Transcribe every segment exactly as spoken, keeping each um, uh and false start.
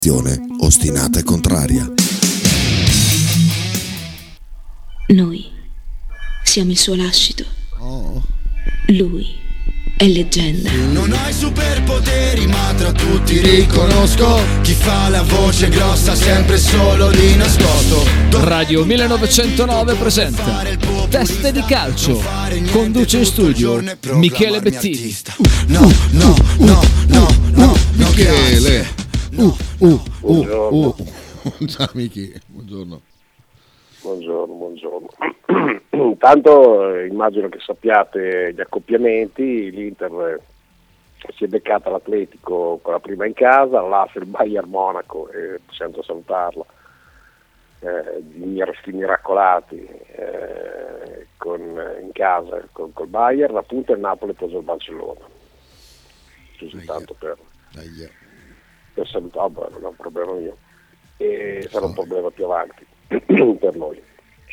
Ostinata e contraria. Noi siamo il suo lascito. Oh. Lui è leggenda. Non hai superpoteri ma tra tutti riconosco chi fa la voce grossa sempre solo di nascosto. Radio millenovecentonove presenta Teste di calcio. Conduce in studio Michele Bettini. No, no, no, no, no, Michele. Uh, uh, uh, Buongiorno. uh. Ciao Michi, buongiorno. Buongiorno, buongiorno. Intanto eh, immagino che sappiate gli accoppiamenti. L'Inter eh, si è beccata l'Atletico con la prima in casa, l'A F il Bayern Monaco, e senza salutarla, eh, di mirasti miracolati eh, con, in casa con, col Bayern. Appunto il Napoli ha preso il Barcellona. Così tanto per, per salutare, oh, non è un problema mio, e sarà un problema più avanti per noi.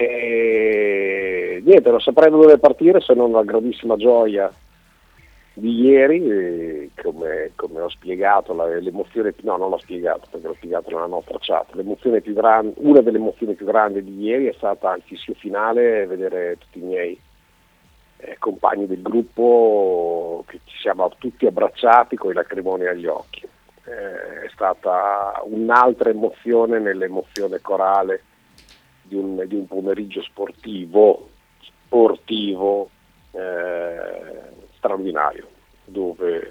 E niente, non saprei da dove partire se non la grandissima gioia di ieri, e come, come ho spiegato, la, l'emozione, no non l'ho spiegato perché l'ho spiegato nella nostra chat, l'emozione più grande, una delle emozioni più grandi di ieri è stata al fischio finale vedere tutti i miei eh, compagni del gruppo, che ci siamo tutti abbracciati con i lacrimoni agli occhi. Eh, è stata un'altra emozione nell'emozione corale di un, di un pomeriggio sportivo, sportivo eh, straordinario, dove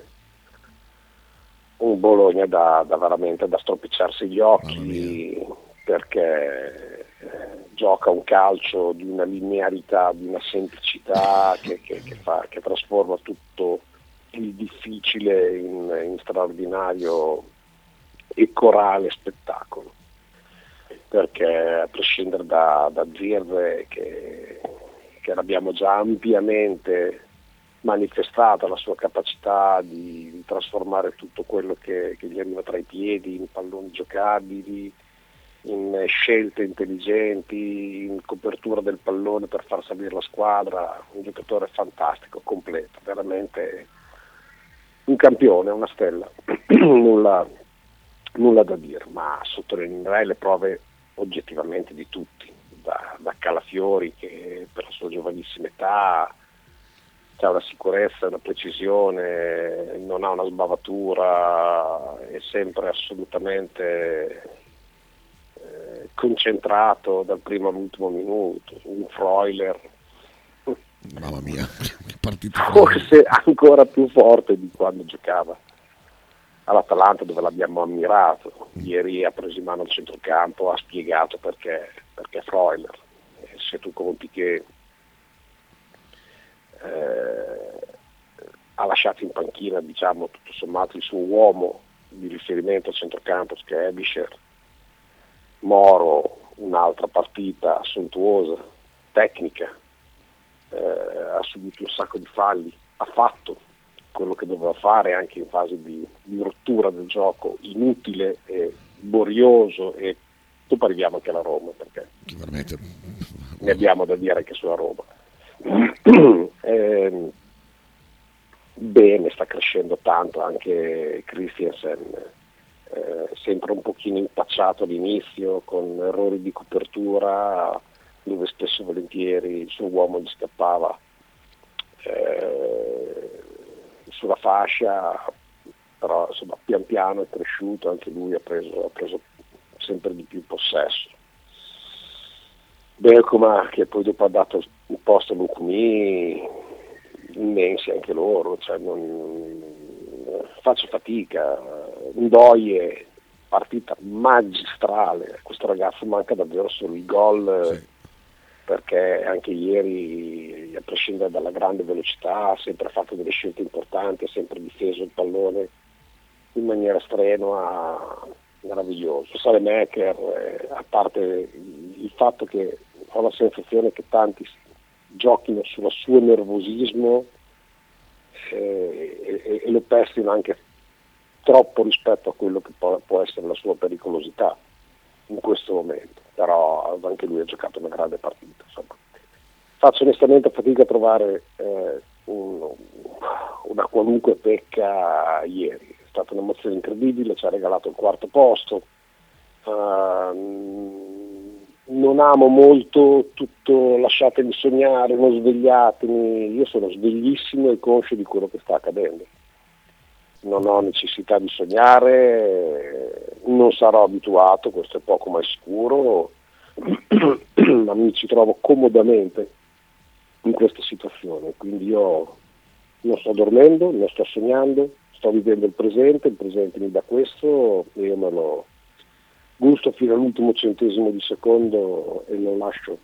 un Bologna da, da veramente da stropicciarsi gli occhi, perché eh, gioca un calcio di una linearità, di una semplicità che, che, che, fa, che trasforma tutto il difficile in, in straordinario e corale spettacolo. Perché a prescindere da, da Zirve, che, che l'abbiamo già ampiamente manifestata la sua capacità di, di trasformare tutto quello che, che gli arriva tra i piedi in palloni giocabili, in scelte intelligenti, in copertura del pallone per far salire la squadra, un giocatore fantastico, completo, veramente un campione, una stella, nulla, nulla da dire, ma sottolineerei le prove oggettivamente di tutti, da, da Calafiori, che per la sua giovanissima età ha una sicurezza, una precisione, non ha una sbavatura, è sempre assolutamente eh, concentrato dal primo all'ultimo minuto, un Freuler, Mamma mia, che partita. forse ancora più forte di quando giocava all'Atalanta, dove l'abbiamo ammirato. Ieri ha preso in mano il centrocampo, ha spiegato perché, perché Freuler. E se tu conti che eh, ha lasciato in panchina, diciamo, tutto sommato il suo uomo di riferimento al centrocampo, che è Ebischer, Moro, un'altra partita sontuosa, tecnica, eh, ha subito un sacco di falli, ha fatto quello che doveva fare anche in fase di, di rottura del gioco, inutile e borioso, e dopo arriviamo anche alla Roma, perché Veramente. ne abbiamo da dire anche sulla Roma. eh, bene, sta crescendo tanto anche Christiansen, eh, sempre un pochino impacciato all'inizio, con errori di copertura, dove spesso e volentieri il suo uomo gli scappava eh, sulla fascia, però insomma pian piano è cresciuto, anche lui ha preso, ha preso sempre di più possesso. Bercoma, che poi dopo ha dato il posto a Lucumi, immensi anche loro, cioè non, faccio fatica. Ndoye, partita magistrale, questo ragazzo manca davvero solo il gol, sì, perché anche ieri, a prescindere dalla grande velocità, ha sempre fatto delle scelte importanti, ha sempre difeso il pallone in maniera strenua, meraviglioso. Salemaker, eh, a parte il fatto che ho la sensazione che tanti giochino sul suo nervosismo eh, e, e lo pestino anche troppo rispetto a quello che può, può essere la sua pericolosità in questo momento, però anche lui ha giocato una grande partita. Insomma. Faccio onestamente fatica a trovare eh, un, una qualunque pecca ieri. È stata un'emozione incredibile, ci ha regalato il quarto posto. Uh, non amo molto tutto lasciatemi sognare, non svegliatemi, io sono sveglissimo e conscio di quello che sta accadendo. Non ho necessità di sognare, non sarò abituato, questo è poco ma è sicuro, ma mi ci trovo comodamente in questa situazione, quindi io non sto dormendo, non sto sognando, sto vivendo il presente, il presente mi dà questo e io me lo gusto fino all'ultimo centesimo di secondo e non lascio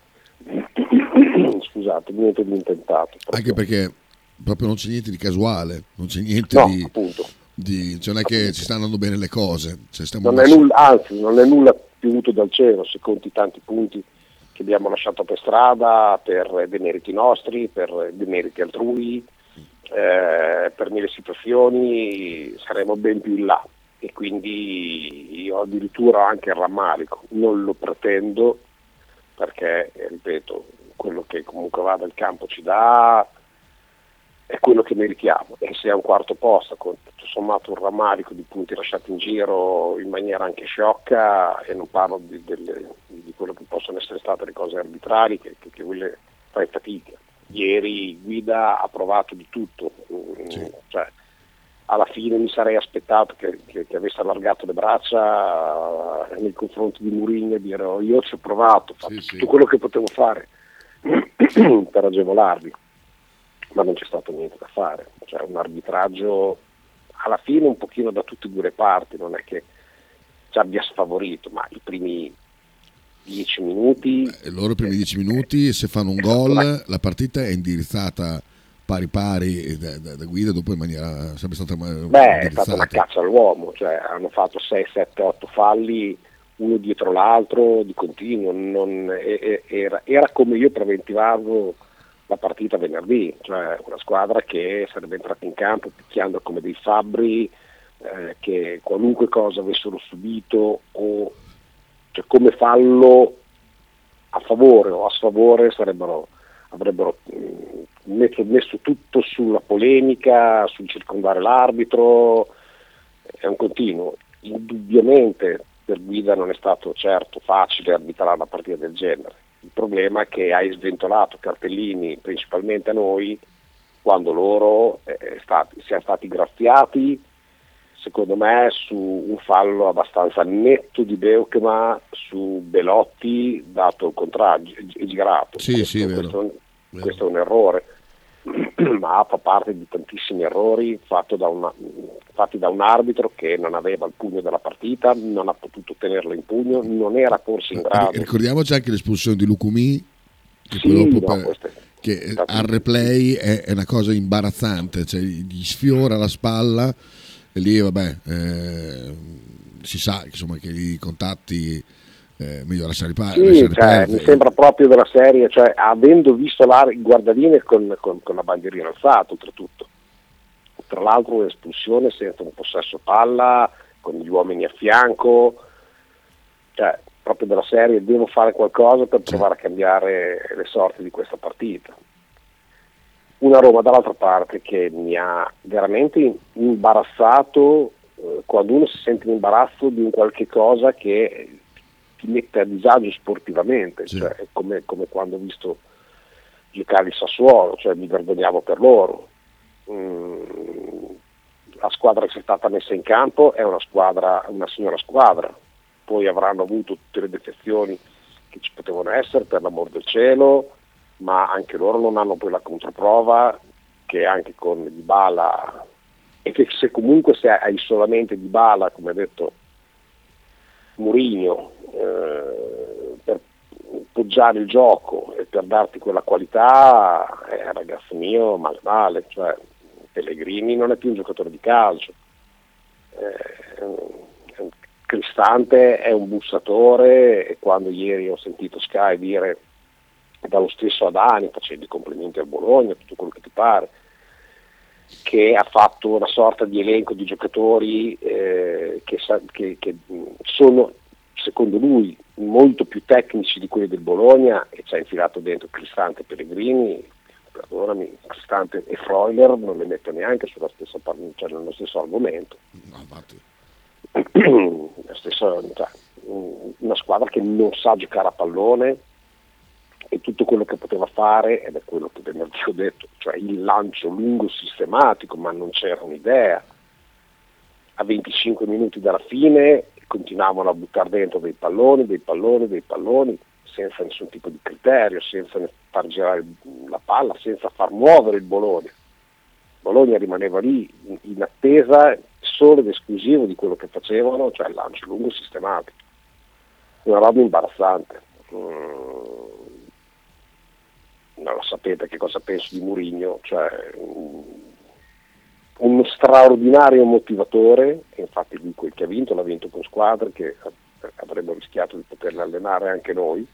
scusate, niente di intentato. Proprio. Anche perché proprio non c'è niente di casuale, non c'è niente no, di, appunto. di cioè non è che ci stanno andando bene le cose, cioè stiamo non è nulla, anzi non è nulla piovuto dal cielo se conti tanti punti che abbiamo lasciato per strada per demeriti nostri, per demeriti altrui, eh, per mille situazioni saremo ben più in là e quindi io addirittura anche il rammarico, non lo pretendo perché, ripeto, quello che comunque va dal campo ci dà è quello che meritiamo e se è un quarto posto con tutto sommato un rammarico di punti lasciati in giro in maniera anche sciocca e non parlo di, delle, di quello che possono essere state le cose arbitrali che, che, che quelle fai fatica. Ieri Guida ha provato di tutto, sì. Cioè, alla fine mi sarei aspettato che, che, che avesse allargato le braccia nei confronti di Mourinho e dire oh, io ci ho provato, ho fatto sì, tutto sì. quello che potevo fare per agevolarvi. Ma non c'è stato niente da fare, cioè un arbitraggio alla fine un pochino da tutte e due le parti, non è che ci abbia sfavorito, ma i primi dieci minuti... E loro i primi dieci minuti, se fanno un gol, la partita è indirizzata pari pari da, da, da Guida, dopo in maniera sempre stata Beh, è stata una caccia all'uomo, cioè hanno fatto sei, sette, otto falli, uno dietro l'altro, di continuo, non, era, era come io preventivavo la partita venerdì, cioè una squadra che sarebbe entrata in campo picchiando come dei fabbri, eh, che qualunque cosa avessero subito o cioè, come fallo a favore o a sfavore sarebbero, avrebbero mh, messo, messo tutto sulla polemica, sul circondare l'arbitro, è un continuo. Indubbiamente per Guida non è stato certo facile arbitrare una partita del genere. Il problema è che hai sventolato cartellini principalmente a noi quando loro eh, stati, siamo stati graziati secondo me su un fallo abbastanza netto di Beukema su Belotti dato il contrario e girato. Sì, questo, sì, vero. Questo, questo è un errore ma fa parte di tantissimi errori fatto da una, fatti da un arbitro che non aveva il pugno della partita, non ha potuto tenerla in pugno, non era forse in grado. Ricordiamoci anche l'espulsione di Lucumi che, sì, dopo no, per, che al replay è, è una cosa imbarazzante, cioè gli sfiora la spalla e lì vabbè eh, si sa insomma che i contatti Eh, meglio lasciare, pa- sì, lasciare cioè, perdere. Mi sembra proprio della serie, cioè, avendo visto la, il guardaline con, con, con la bandierina alzata oltretutto, tra l'altro un'espulsione senza un possesso palla con gli uomini a fianco, cioè proprio della serie devo fare qualcosa per provare a cambiare le sorti di questa partita. Una Roma dall'altra parte che mi ha veramente imbarazzato eh, quando uno si sente in imbarazzo di un qualche cosa che ti mette a disagio sportivamente, sì. Cioè è come, come quando ho visto giocare il Sassuolo, cioè mi vergognavo per loro. Mm, la squadra che è stata messa in campo è una squadra, una signora squadra, poi avranno avuto tutte le defezioni che ci potevano essere per l'amor del cielo, ma anche loro non hanno poi la controprova che anche con Dybala, e che se comunque se hai solamente Dybala, come ha detto Mourinho, eh, per poggiare il gioco e per darti quella qualità, eh, ragazzo mio, male male, cioè Pellegrini non è più un giocatore di calcio, eh, Cristante è un bussatore e quando ieri ho sentito Sky dire dallo stesso Adani, facendo i complimenti al Bologna, tutto quello che ti pare, che ha fatto una sorta di elenco di giocatori eh, che, che, che sono secondo lui molto più tecnici di quelli del Bologna e ci ha infilato dentro Cristante e Pellegrini, perdonami, Cristante e Freuler non le metto neanche sulla stessa par- cioè nello stesso argomento. No, infatti. La stessa, cioè, una squadra che non sa giocare a pallone, e tutto quello che poteva fare, ed è quello che venerdì ho detto, cioè il lancio lungo sistematico, ma non c'era un'idea. A venticinque minuti dalla fine continuavano a buttare dentro dei palloni, dei palloni, dei palloni, senza nessun tipo di criterio, senza far girare la palla, senza far muovere il Bologna. Bologna rimaneva lì in, in attesa solo ed esclusivo di quello che facevano, cioè il lancio lungo sistematico. Una roba imbarazzante. Mm. Non lo sapete che cosa penso di Mourinho, cioè un, uno straordinario motivatore, e infatti lui quel che ha vinto l'ha vinto con squadre che avremmo rischiato di poterle allenare anche noi,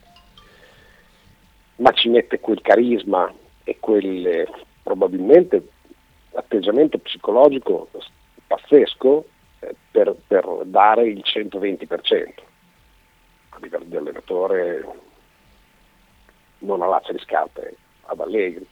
ma ci mette quel carisma e quel probabilmente atteggiamento psicologico pazzesco eh, per, per dare il centoventi per cento. A livello di allenatore non allaccia le scarpe ad Allegri,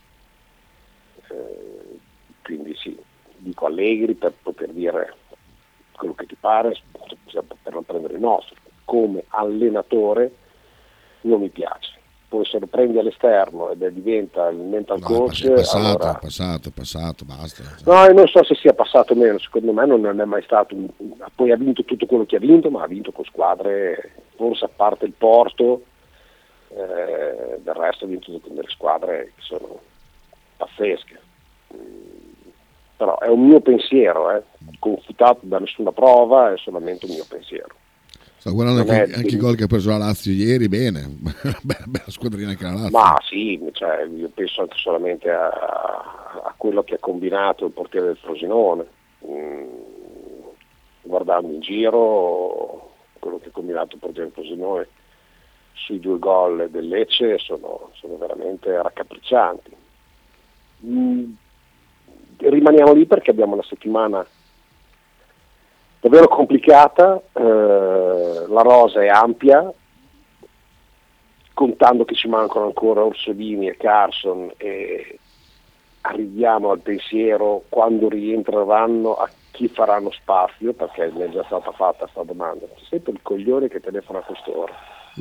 eh, quindi sì, dico Allegri per poter dire quello che ti pare, per non prendere il nostro. Come allenatore non mi piace, poi se lo prendi all'esterno ed è diventa il mental No, coach, è passato, allora... è passato, è passato, basta. No, io non so se sia passato o meno, secondo me non è mai stato, un... poi ha vinto tutto quello che ha vinto, ma ha vinto con squadre, forse a parte il Porto, Eh, del resto ha vinto con delle squadre che sono pazzesche. Mm, però è un mio pensiero, eh, confutato da nessuna prova, è solamente un mio pensiero. Sto guardando Non anche, è- anche i gol che ha preso la Lazio ieri, bene, bella, bella squadrina anche la Lazio. Ma sì, cioè, io penso anche solamente a, a quello che ha combinato il portiere del Frosinone. Mm, guardando in giro quello che ha combinato il portiere del Frosinone sui due gol del Lecce sono, sono veramente raccapriccianti. Mm, rimaniamo lì perché abbiamo una settimana davvero complicata, eh, la rosa è ampia, contando che ci mancano ancora Orsolini e Carson, e arriviamo al pensiero quando rientreranno a chi faranno spazio, perché mi è già stata fatta questa domanda. C'è sempre il coglione che telefona a quest'ora.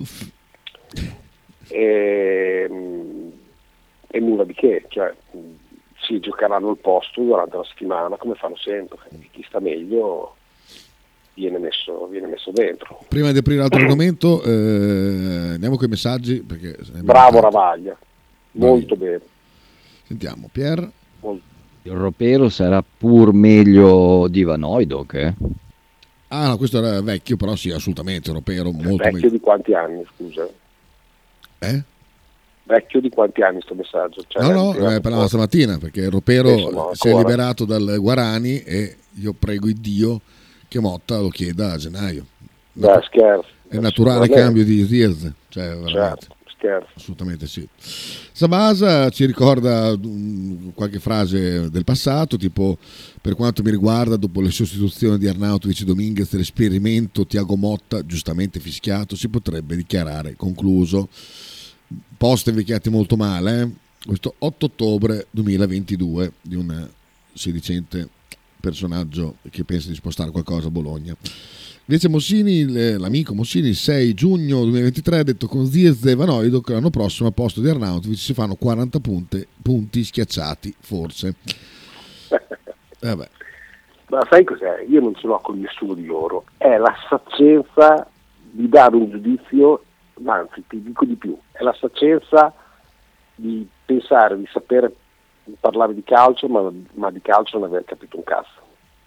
E, e nulla di che, cioè si giocheranno il posto durante la settimana come fanno sempre, chi sta meglio viene messo, viene messo dentro. Prima di aprire l'altro argomento, eh, andiamo con i messaggi. Perché Bravo Ravaglia, molto bene. Sentiamo, Pier. Molto. Il ropero sarà pur meglio di Van Hooijdonk, eh? Ah, no, questo era vecchio, però sì, assolutamente, Ropero molto Vecchio meglio. di quanti anni, scusa? Eh? Vecchio di quanti anni sto messaggio? Cioè, No, no, tirato eh, parlava fuori. stamattina, perché il Ropero Adesso no, si è ancora. liberato dal Guarani e io prego il Dio che Motta lo chieda a gennaio. Beh, scherzo. È naturale Sicuramente. cambio di Diaz, cioè veramente. Certo, scherzo. Assolutamente sì. Sabasa ci ricorda um, qualche frase del passato, tipo: per quanto mi riguarda, dopo le sostituzioni di Arnautovic e Dominguez, l'esperimento Thiago Motta, giustamente fischiato, si potrebbe dichiarare concluso. Post invecchiati molto male, eh? Questo otto ottobre duemilaventidue, di un sedicente personaggio che pensa di spostare qualcosa a Bologna. Invece Mossini, l'amico Mossini, il sei giugno duemilaventitré ha detto: con Diaz e Van Hooijdonk l'anno prossimo a posto di Arnautovic si fanno quaranta punti, punti schiacciati forse. Vabbè. Ma sai cos'è? Io non ce l'ho con nessuno di loro, è la saccenza di dare un giudizio, ma anzi ti dico di più, è la saccenza di pensare di sapere parlare di calcio, ma, ma di calcio non aver capito un cazzo.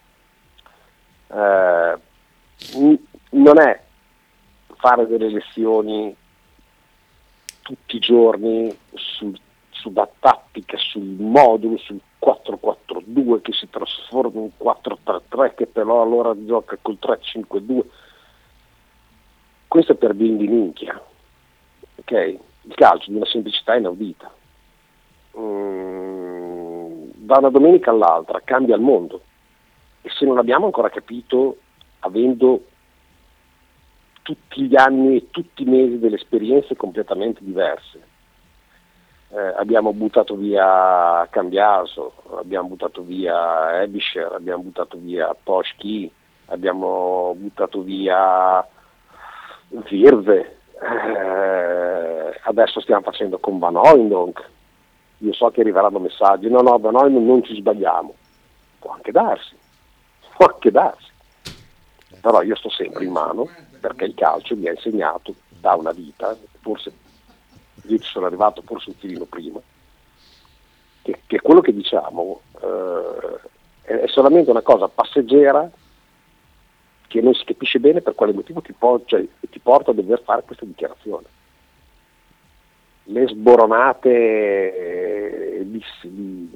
Eh, non è fare delle lezioni tutti i giorni su, sulla tattica, sul modulo, sul quattro quattro due che si trasforma in quattro tre tre, che però allora gioca col tre cinque due. Questo è per bimbi minchia, ok? Il calcio di una semplicità inaudita. Mm, da una domenica all'altra cambia il mondo, e se non l'abbiamo ancora capito, avendo tutti gli anni e tutti i mesi delle esperienze completamente diverse, eh, abbiamo buttato via Cambiaso, abbiamo buttato via Ebischer, abbiamo buttato via Poschki, abbiamo buttato via Virve, eh, adesso stiamo facendo con Van Hooijdonk. Io so che arriveranno messaggi, no no Van Hooijdonk non ci sbagliamo, può anche darsi, può anche darsi, però io sto sempre in mano perché il calcio mi ha insegnato da una vita, forse io ci sono arrivato forse un filino prima, che, che quello che diciamo eh, è solamente una cosa passeggera che non si capisce bene per quale motivo ti, po- cioè, ti porta a dover fare questa dichiarazione. Le sboronate eh, di, di...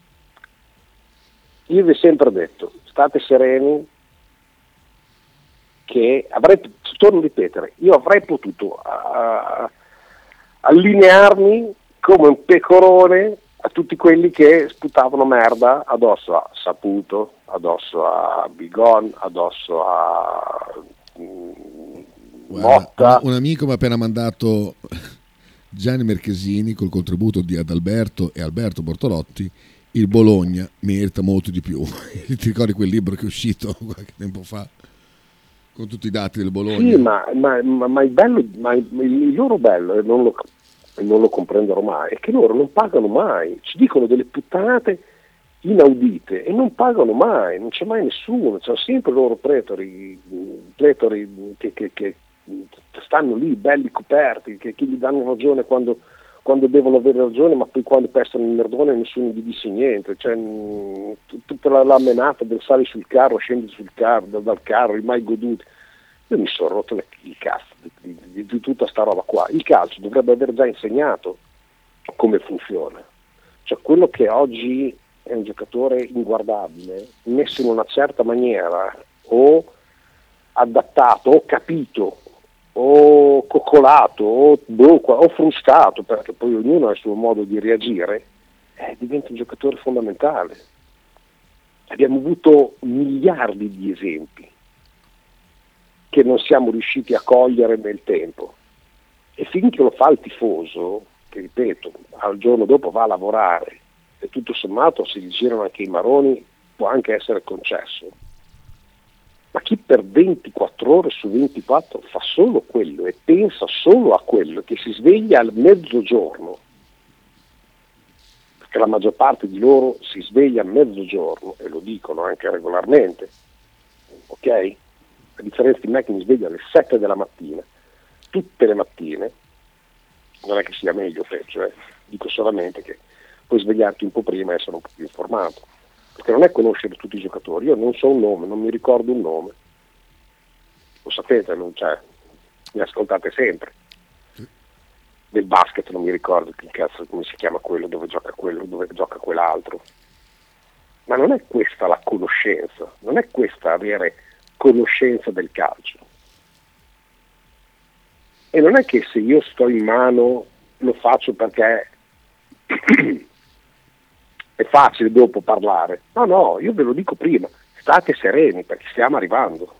Io vi ho sempre detto, state sereni, che avrei, torno a ripetere, io avrei potuto uh, allinearmi come un pecorone a tutti quelli che sputavano merda addosso a Saputo, addosso a Bigon, addosso a um, Motta. Un, un amico mi ha appena mandato Gianni Merchesini col contributo di Adalberto e Alberto Bortolotti. Il Bologna merita molto di più. Ti ricordi quel libro che è uscito qualche tempo fa con tutti i dati del Bologna? Sì, ma, ma, ma, ma il bello, ma il, il loro bello, e non lo, non lo comprenderò mai, è che loro non pagano mai, ci dicono delle puttanate inaudite e non pagano mai, non c'è mai nessuno, c'è sempre i loro pretori, pretori che, che, che stanno lì belli coperti, che, che gli danno ragione quando, quando devono avere ragione, ma poi quando pestano il merdone nessuno gli dice niente, cioè, mh, tutta la, la menata del sali sul carro, scendi sul carro, da, dal carro, i mai goduti. Io mi sono rotto le, il cazzo di, di, di, di tutta sta roba qua. Il calcio dovrebbe aver già insegnato come funziona, cioè quello che oggi è un giocatore inguardabile, messo in una certa maniera, o adattato, o capito, o coccolato, o, o frustato, perché poi ognuno ha il suo modo di reagire, eh, diventa un giocatore fondamentale. Abbiamo avuto miliardi di esempi che non siamo riusciti a cogliere nel tempo, e finché lo fa il tifoso, che ripeto, al giorno dopo va a lavorare e tutto sommato se gli girano anche i maroni può anche essere concesso, ma chi per ventiquattro ore su ventiquattro fa solo quello e pensa solo a quello, che si sveglia al mezzogiorno, perché la maggior parte di loro si sveglia a mezzogiorno e lo dicono anche regolarmente, ok? A differenza di me che mi sveglio alle sette della mattina, tutte le mattine, non è che sia meglio o peggio, eh? Dico solamente che puoi svegliarti un po' prima e essere un po' più informato, perché non è conoscere tutti i giocatori. Io non so un nome, non mi ricordo un nome, lo sapete, non c'è, mi ascoltate sempre. Del basket non mi ricordo che cazzo, come si chiama quello, dove gioca quello, dove gioca quell'altro. Ma non è questa la conoscenza, non è questa avere conoscenza del calcio. E non è che se io sto in mano lo faccio perché è facile dopo parlare. No, no, io ve lo dico prima, state sereni perché stiamo arrivando.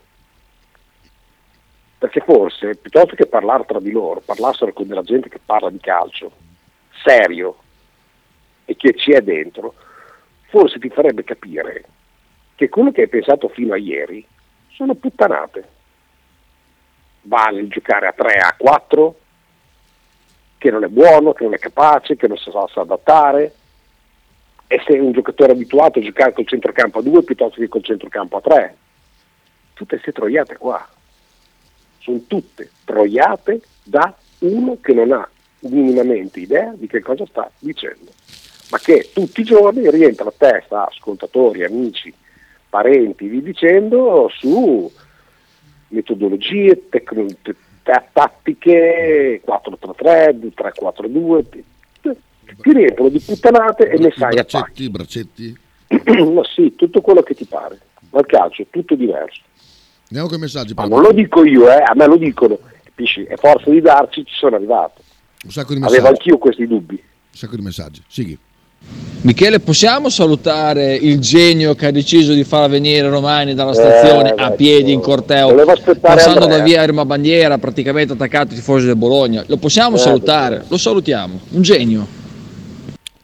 Perché forse, piuttosto che parlare tra di loro, parlassero con della gente che parla di calcio, serio, e che ci è dentro, forse ti farebbe capire che quello che hai pensato fino a ieri sono puttanate. Vale il giocare a tre, a quattro, che non è buono, che non è capace, che non sa, sa adattare, e sei un giocatore abituato a giocare col centrocampo a due piuttosto che col centrocampo a tre. Tutte queste troiate qua sono tutte troiate da uno che non ha minimamente idea di che cosa sta dicendo, ma che tutti i giorni rientra la testa a ascoltatori, amici, parenti, vi dicendo, su metodologie, tecno, t- tattiche, quattro tre tre, tre quattro due, ti riempiono di puttanate e messaggi a braccetti, braccetti. Ma sì, tutto quello che ti pare, ma il calcio è tutto diverso. Andiamo con i messaggi. Ma non lo dico io, eh, a me lo dicono, capisci? E forza di darci ci sono arrivato. Un sacco di messaggi. Avevo anch'io questi dubbi. Un sacco di messaggi, Sighi. Michele, possiamo salutare il genio che ha deciso di far venire Romani dalla stazione eh, a piedi in corteo, passando Andrea. da via Erma Bandiera, praticamente attaccato ai tifosi del Bologna? Lo possiamo Eh, salutare? Lo salutiamo, un genio.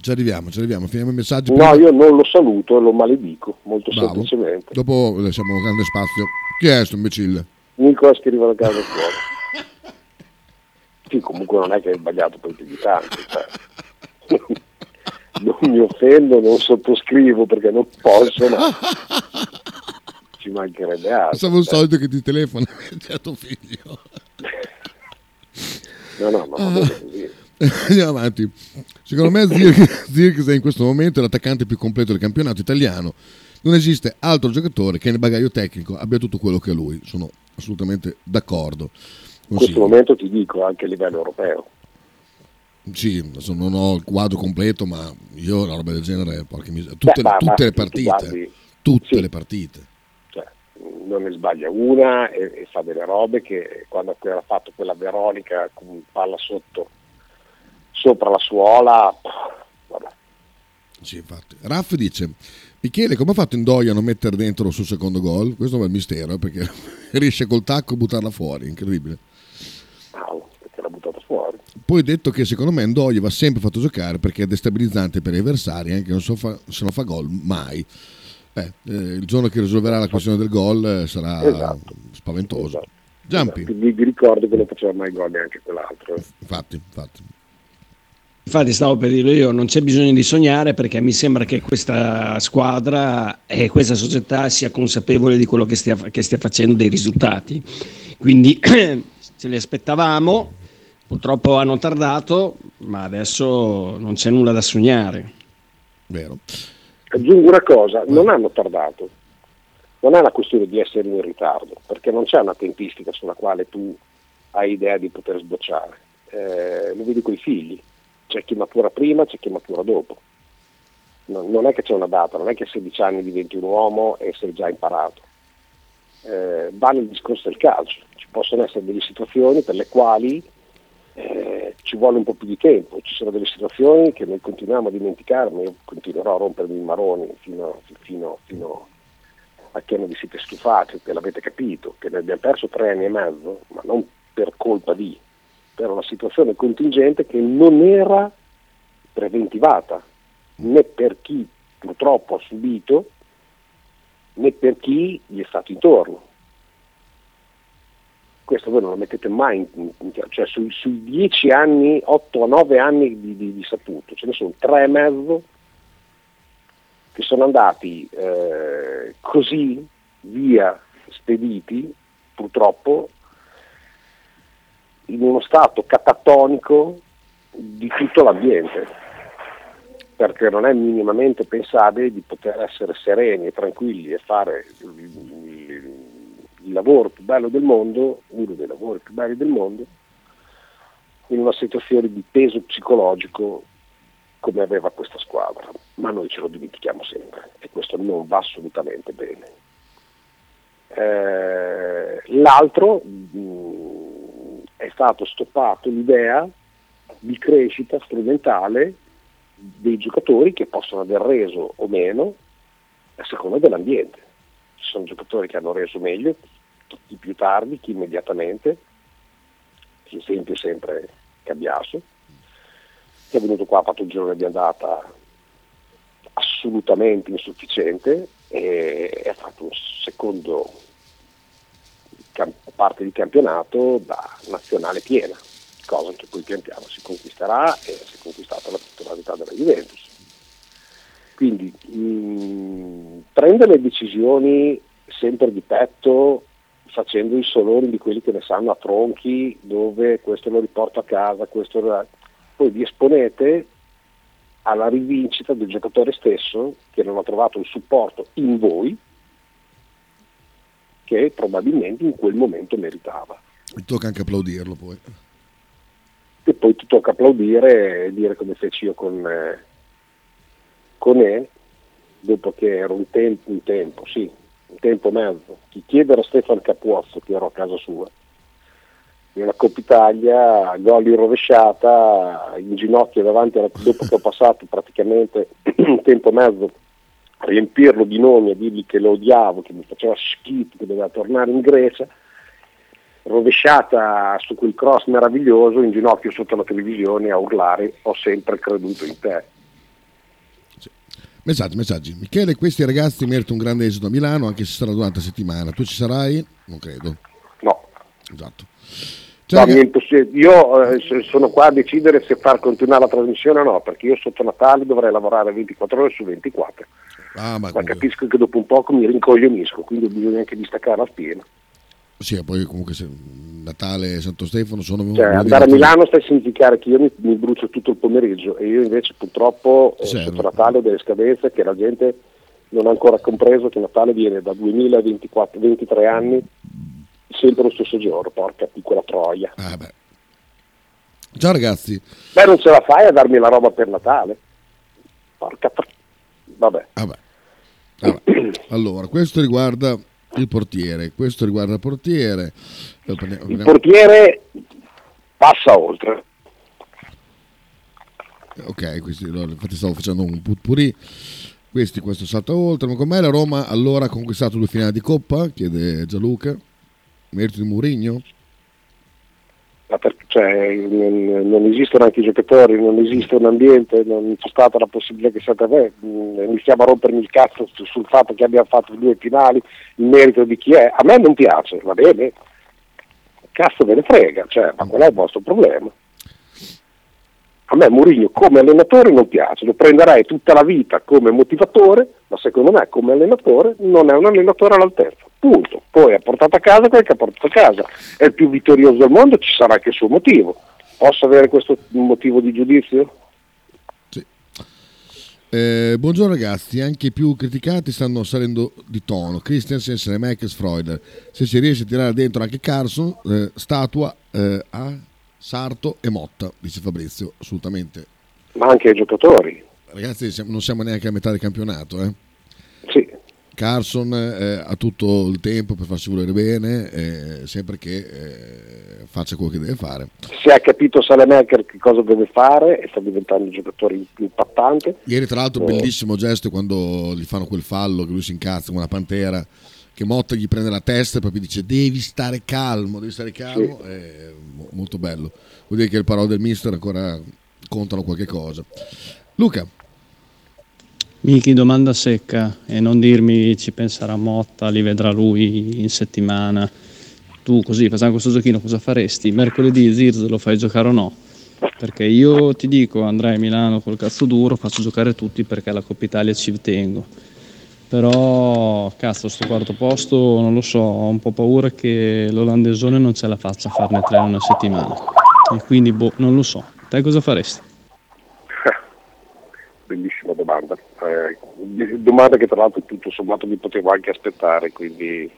Ci arriviamo, ci arriviamo, finiamo i messaggi. No, io non lo saluto, lo maledico, molto Bravo. semplicemente. Dopo lasciamo grande spazio. Chi è sto imbecille? Nicolas che arriva da casa fuori. Sì, comunque non è che hai sbagliato per più di tanto. Cioè. Non mi offendo, non sottoscrivo perché non posso, ma ci mancherebbe altro. Pensavo il solito che ti telefona a tuo figlio. No, no, ma va bene così. Andiamo avanti. Secondo me Zirkzee in questo momento è l'attaccante più completo del campionato italiano. Non esiste altro giocatore che nel bagaglio tecnico abbia tutto quello che ha lui. Sono assolutamente d'accordo. In questo momento ti dico anche a livello europeo. Sì, adesso non ho il quadro completo, ma io una roba del genere, porca miseria, tutte, Beh, le, tutte le tu partite, guardi, tutte sì. le partite. Cioè, non ne sbaglia una e, e fa delle robe che quando ha fatto quella Veronica con palla sotto sopra la suola, vabbè. Sì, infatti. Raff dice: Michele, come ha fatto Indoia a non mettere dentro sul secondo gol? Questo è un bel mistero, eh, perché riesce col tacco a buttarla fuori, incredibile. No, perché l'ha buttata fuori. Poi detto che secondo me Indoia va sempre fatto giocare perché è destabilizzante per gli avversari, anche non so fa, se non fa gol mai. Eh, eh, il giorno che risolverà la questione del gol eh, sarà Esatto. spaventoso. Esatto. Giampi. Esatto. Vi, vi ricordo che non faceva mai gol neanche quell'altro. Eh. Infatti, infatti. Infatti stavo per dirlo io, non c'è bisogno di sognare perché mi sembra che questa squadra e questa società sia consapevole di quello che stia, che stia facendo, dei risultati. Quindi ce li aspettavamo, purtroppo hanno tardato, ma adesso non c'è nulla da sognare. Vero. Aggiungo una cosa, non hanno tardato. Non è una questione di essere in ritardo, perché non c'è una tempistica sulla quale tu hai idea di poter sbocciare. Eh, lo vedi con i figli. C'è chi matura prima, c'è chi matura dopo. Non, non è che c'è una data, non è che a sedici anni diventi un uomo e sei già imparato. Eh, va nel discorso del calcio. Ci possono essere delle situazioni per le quali eh, ci vuole un po' più di tempo. Ci sono delle situazioni che noi continuiamo a dimenticare, ma io continuerò a rompermi i maroni fino, fino, fino a che non vi siete stufati, che l'avete capito, che noi abbiamo perso tre anni e mezzo, ma non per colpa di... per una situazione contingente che non era preventivata né per chi purtroppo ha subito né per chi gli è stato intorno. Questo voi non lo mettete mai in, in, in cioè sui, sui dieci anni, otto o nove anni di, di, di saputo, ce ne sono tre e mezzo che sono andati eh, così via spediti, purtroppo, in uno stato catatonico di tutto l'ambiente, perché non è minimamente pensabile di poter essere sereni e tranquilli e fare il, il, il lavoro più bello del mondo, uno dei lavori più belli del mondo, in una situazione di peso psicologico come aveva questa squadra, ma noi ce lo dimentichiamo sempre e questo non va assolutamente bene. Eh, l'altro mh, è stato stoppato l'idea di crescita strumentale dei giocatori che possono aver reso o meno a seconda dell'ambiente. Ci sono giocatori che hanno reso meglio, chi più tardi, chi immediatamente. L'esempio è sempre Cambiaso, che è venuto qua, ha fatto un girone di andata assolutamente insufficiente e ha fatto un secondo parte di campionato da nazionale piena, cosa che poi pian piano si conquisterà e si è conquistata la titolarità della Juventus. Quindi mh, prendere le decisioni sempre di petto, facendo i soloni di quelli che ne sanno a tronchi, dove questo lo riporto a casa, questo lo... poi vi esponete alla rivincita del giocatore stesso che non ha trovato un supporto in voi che probabilmente in quel momento meritava. Mi tocca anche applaudirlo poi. E poi ti tocca applaudire e dire come feci io con, eh, con E, dopo che ero un tempo, un tempo, sì, un tempo e mezzo, chi chiedere a Stefano Capuozzo, che ero a casa sua, nella Coppa Italia, gol in rovesciata, in ginocchio davanti, alla, dopo che ho passato praticamente un tempo e mezzo a riempirlo di nomi, a dirgli che lo odiavo, che mi faceva schifo, che doveva tornare in Grecia, rovesciata su quel cross meraviglioso, in ginocchio sotto la televisione a urlare: ho sempre creduto in te. Messaggi, messaggi. Michele, questi ragazzi meritano un grande esito a Milano, anche se sarà durante la settimana. Tu ci sarai? Non credo. No. Esatto. No, io eh, sono qua a decidere se far continuare la trasmissione o no, perché io sotto Natale dovrei lavorare ventiquattro ore su ventiquattro. Ah, ma ma capisco che dopo un poco mi rincoglionisco, quindi bisogna anche distaccare la spiena. Sì, poi comunque se Natale e Santo Stefano sono... Cioè, andare a Milano sta a significare che io mi, mi brucio tutto il pomeriggio, e io invece purtroppo eh, sotto Natale ho delle scadenze che la gente non ha ancora compreso, che Natale viene da duemilaventiquattro ventitré anni sempre lo stesso giorno, porca piccola troia. Ah, beh. Ciao ragazzi. Beh, non ce la fai a darmi la roba per Natale? Porca tro... Vabbè. Vabbè. Vabbè. Allora, questo riguarda il portiere, questo riguarda il portiere. Il portiere passa oltre. Ok, questi, infatti stavo facendo un putpurì. Questi, questo salta oltre. Ma com'è la Roma allora ha conquistato due finali di Coppa? Chiede Gianluca. Merito di Mourinho? Ma per, cioè, non, non esistono anche i giocatori, non esiste un ambiente, non c'è stata la possibilità che sia per me. Iniziamo a rompermi il cazzo sul fatto che abbiamo fatto due finali, il merito di chi è. A me non piace, va bene, cazzo ve ne frega, cioè, ma qual è il vostro problema? A me Mourinho come allenatore non piace, lo prenderei tutta la vita come motivatore, ma secondo me come allenatore non è un allenatore all'altezza, punto. Poi ha portato a casa quel che ha portato a casa, è il più vittorioso del mondo, ci sarà anche il suo motivo. Posso avere questo motivo di giudizio? Sì. Eh, buongiorno ragazzi, anche i più criticati stanno salendo di tono. Christensen, Selemakers, Freuler. Se si riesce a tirare dentro anche Carson, eh, statua eh, a Sarto e Motta, dice Fabrizio, assolutamente. Ma anche ai giocatori. Ragazzi, non siamo neanche a metà del campionato, eh? Sì. Carson eh, ha tutto il tempo per farsi volere bene, eh, sempre che eh, faccia quello che deve fare. Si è capito Salemaker che cosa deve fare e sta diventando un giocatore più impattante. Ieri tra l'altro eh. bellissimo gesto quando gli fanno quel fallo che lui si incazza come una pantera, che Motta gli prende la testa e proprio dice devi stare calmo, devi stare calmo, sì. È molto bello. Vuol dire che le parole del mister ancora contano qualche cosa. Luca. Michi, domanda secca, e non dirmi ci penserà Motta, li vedrà lui in settimana. Tu così, facciamo questo giochino, cosa faresti? Mercoledì Zirz lo fai giocare o no? Perché io ti dico, andrei a Milano col cazzo duro, faccio giocare tutti perché alla Coppa Italia ci tengo. Però, cazzo, sto quarto posto, non lo so, ho un po' paura che l'olandesone non ce la faccia a farne tre in una settimana. E quindi, boh, non lo so. Te cosa faresti? Bellissima domanda, eh, domanda che tra l'altro tutto sommato mi potevo anche aspettare, quindi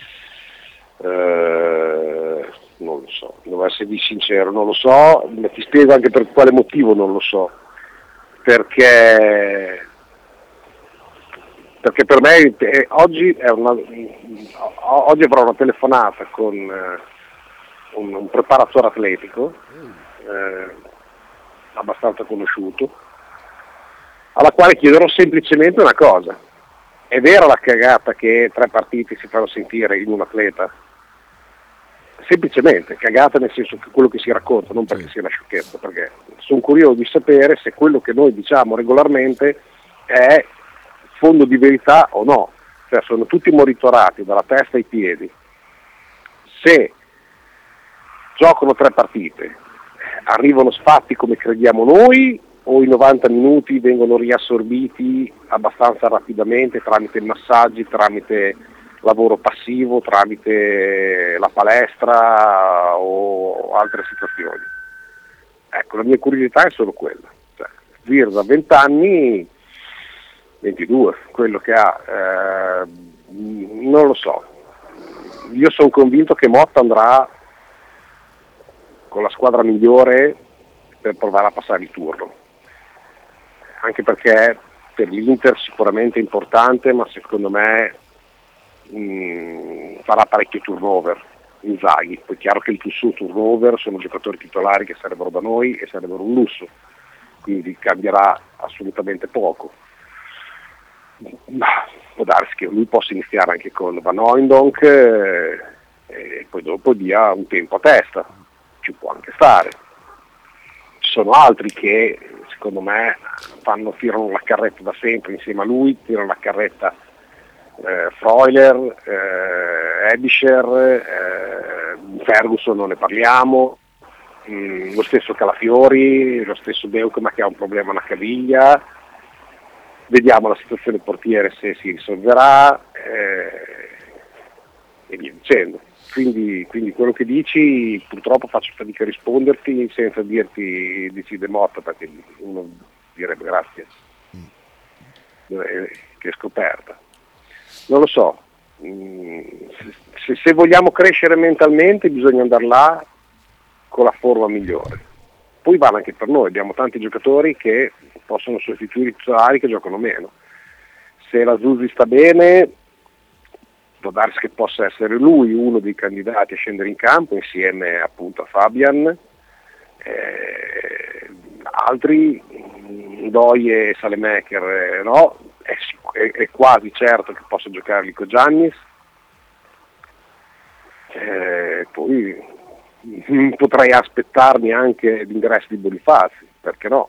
eh, non lo so, devo esservi sincero, non lo so, ma ti spiego anche per quale motivo non lo so, perché perché per me eh, oggi è una, oggi avrò una telefonata con eh, un, un preparatore atletico eh, abbastanza conosciuto, alla quale chiederò semplicemente una cosa: è vera la cagata che tre partiti si fanno sentire in un atleta? Semplicemente cagata nel senso che quello che si racconta, non perché sia una sciocchezza, perché sono curioso di sapere se quello che noi diciamo regolarmente è fondo di verità o no, cioè sono tutti monitorati dalla testa ai piedi. Se giocano tre partite, arrivano sfatti come crediamo noi, o i novanta minuti vengono riassorbiti abbastanza rapidamente tramite massaggi, tramite lavoro passivo, tramite la palestra o altre situazioni. Ecco, la mia curiosità è solo quella. Cioè, Zirz a venti anni, ventidue, quello che ha, eh, non lo so. Io sono convinto che Motta andrà con la squadra migliore per provare a passare il turno. Anche perché per l'Inter sicuramente è importante, ma secondo me mh, farà parecchio turnover Inzaghi. Poi è chiaro che il suo turnover sono giocatori titolari che sarebbero da noi e sarebbero un lusso, quindi cambierà assolutamente poco. Ma può darsi che lui possa iniziare anche con Van Hooijdonk eh, e poi dopo dia un tempo a testa, ci può anche stare. Ci sono altri che secondo me fanno, tirano la carretta da sempre insieme a lui, tirano la carretta eh, Freuler, eh, Ebischer, eh, Ferguson non ne parliamo, mh, lo stesso Calafiori, lo stesso Beukema che ha un problema alla caviglia. Vediamo la situazione portiere se si risolverà eh, e via dicendo. Quindi, quindi quello che dici purtroppo faccio fatica a risponderti senza dirti decide morta, perché uno direbbe grazie che è scoperta. Non lo so, se, se vogliamo crescere mentalmente bisogna andare là con la forma migliore. Poi vale anche per noi, abbiamo tanti giocatori che possono sostituire i titolari che giocano meno. Se la Zusi sta bene, può darsi che possa essere lui uno dei candidati a scendere in campo insieme appunto a Fabian, eh, altri, Doi e Salemaker eh, no, è, è, è quasi certo che possa giocare Lico Giannis, eh, poi potrei aspettarmi anche l'ingresso di Bonifazi, perché no?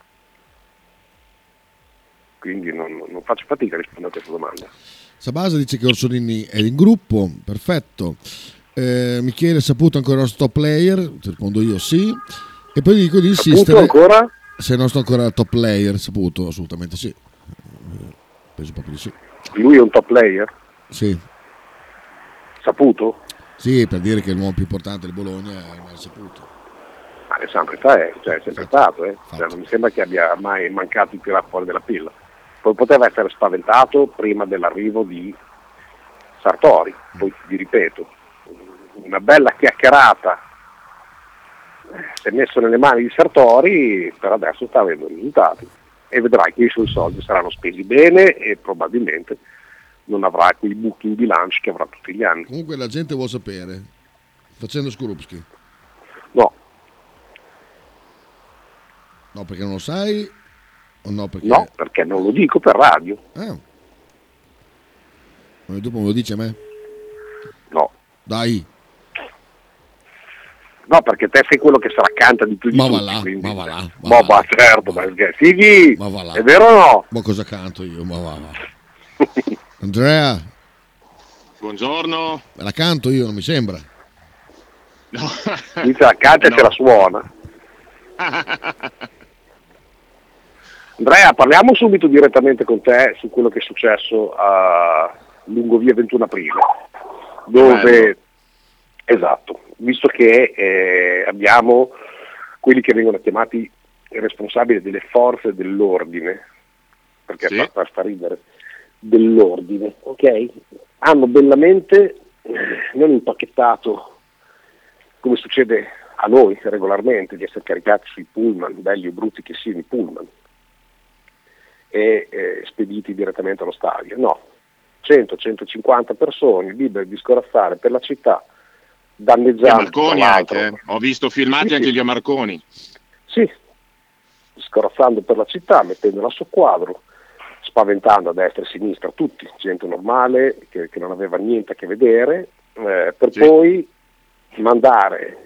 Quindi non, non faccio fatica a rispondere a questa domanda. Sabasa dice che Orsolini è in gruppo, perfetto. Eh, Michele Saputo ancora il nostro top player, ti rispondo io sì. E poi dico di insistere. Saputo ancora? Se il nostro ancora top player, Saputo, assolutamente sì. Penso proprio di sì. Lui è un top player? Sì. Saputo? Sì, per dire che è l'uomo più importante del Bologna è il Saputo. Ma è sempre, è, cioè, è sempre stato, eh. Cioè, non mi sembra che abbia mai mancato di tirare fuori della pilla. Poi poteva essere spaventato prima dell'arrivo di Sartori, poi vi ripeto, una bella chiacchierata si è messo nelle mani di Sartori, per adesso sta avendo risultati e vedrai che i suoi soldi saranno spesi bene e probabilmente non avrà quei buchi in bilancio che avrà tutti gli anni. Comunque la gente vuole sapere, facendo Skorupski. No. No, perché non lo sai? O no, perché... no, perché non lo dico per radio. Ah. Ma dopo me lo dice a me? No. Dai. No, perché te sei quello che se la canta di più di ma tutti. Va là, quindi... ma va là. Ma ma va va, certo, ma perché... Sighi, ma va là. È vero o no? Ma cosa canto io? Ma va, va. Andrea. Buongiorno. Me la canto io, non mi sembra. No. Lui se la canta e no. Se la suona. Andrea, parliamo subito direttamente con te su quello che è successo a lungo via ventuno aprile, dove, Bello. esatto, visto che eh, abbiamo quelli che vengono chiamati i responsabili delle forze dell'ordine, perché sì. fa, fa, fa ridere, dell'ordine, ok? Hanno bellamente eh, non impacchettato, come succede a noi regolarmente, di essere caricati sui pullman, belli o brutti che siano i pullman, e eh, spediti direttamente allo stadio. No, cento centocinquanta persone libere di scorazzare per la città, danneggiando Marconi anche, eh. Ho visto filmati sì, anche sì. gli Marconi. Sì, scorazzando per la città, mettendola a soqquadro, spaventando a destra e a sinistra tutti, gente normale che, che non aveva niente a che vedere, eh, per sì. poi mandare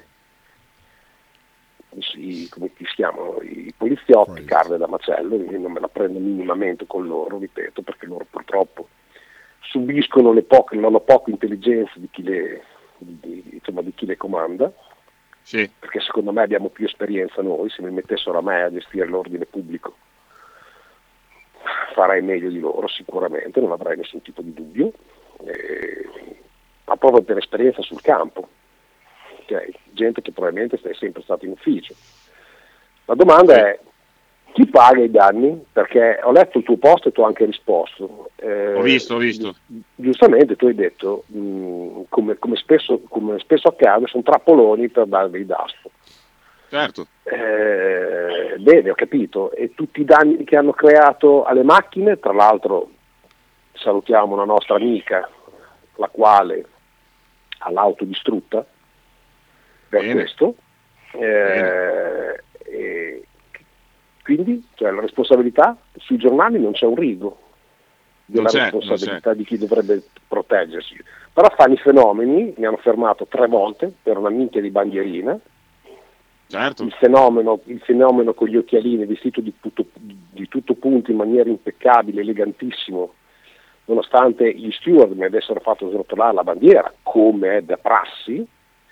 I, come si chiamano, i poliziotti, right. carne da macello, quindi non me la prendo minimamente con loro, ripeto, perché loro purtroppo subiscono le poche, non ho poca intelligenza di chi le, di, insomma, di chi le comanda, sì. perché secondo me abbiamo più esperienza noi, se mi mettessero a me a gestire l'ordine pubblico farei meglio di loro sicuramente, non avrei nessun tipo di dubbio, eh, ma proprio per esperienza sul campo. Okay. Gente che probabilmente è sempre stata in ufficio. La domanda è: chi paga i danni? Perché ho letto il tuo post e tu hai anche risposto. Eh, ho visto, ho visto. Giustamente tu hai detto, mh, come, come, spesso, come spesso accade, sono trappoloni per dare dei dastro. Certo. Eh, bene, ho capito. E tutti i danni che hanno creato alle macchine, tra l'altro salutiamo una nostra amica, la quale ha l'auto distrutta, per Bene. questo eh, e quindi cioè, la responsabilità sui giornali non c'è un rigo della responsabilità di chi dovrebbe proteggersi, però fanno i fenomeni, mi hanno fermato tre volte per una minchia di bandierina, certo. il, fenomeno, il fenomeno con gli occhialini, vestito di tutto, di tutto punto in maniera impeccabile, elegantissimo, nonostante gli steward mi avessero fatto srotolare la bandiera, come è da prassi,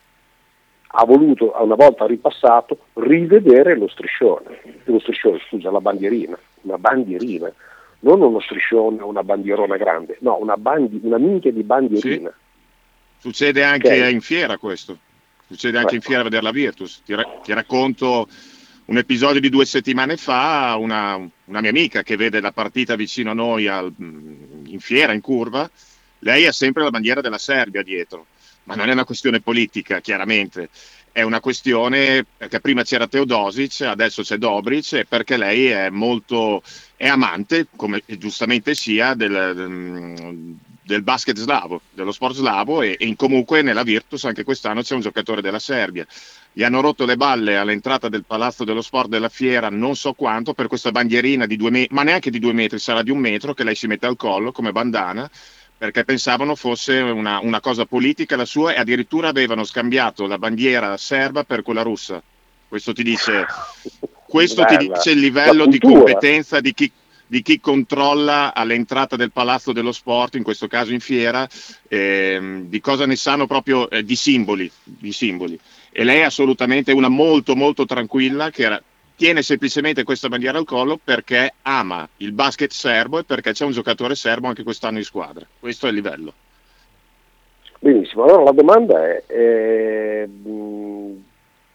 ha voluto, una volta ripassato, rivedere lo striscione, lo striscione, scusa, la bandierina, una bandierina, non uno striscione o una bandierona grande, no, una, bandi, una minchia di bandierina. Sì. Succede anche Okay. in fiera questo, succede anche Ecco. in fiera a vedere la Virtus. Ti, ra- ti racconto un episodio di due settimane fa, una, una mia amica che vede la partita vicino a noi al, in fiera, in curva, lei ha sempre la bandiera della Serbia dietro. Ma non è una questione politica, chiaramente, è una questione perché prima c'era Teodosic, adesso c'è Dobric, e perché lei è molto è amante, come giustamente sia, del, del basket slavo, dello sport slavo, e, e comunque nella Virtus anche quest'anno c'è un giocatore della Serbia. Gli hanno rotto le balle all'entrata del Palazzo dello Sport della Fiera, non so quanto, per questa bandierina di due metri, ma neanche di due metri, sarà di un metro, che lei si mette al collo come bandana, perché pensavano fosse una, una cosa politica la sua, e addirittura avevano scambiato la bandiera serba per quella russa. Questo ti dice, questo ti Bella. dice il livello La di cultura. competenza di chi, di chi controlla all'entrata del Palazzo dello Sport, in questo caso in fiera, ehm, di cosa ne sanno proprio, eh, di simboli, di simboli. E lei è assolutamente una molto molto tranquilla, che era, tiene semplicemente questa bandiera al collo perché ama il basket serbo e perché c'è un giocatore serbo anche quest'anno in squadra. Questo è il livello. Benissimo, allora la domanda è eh, mh,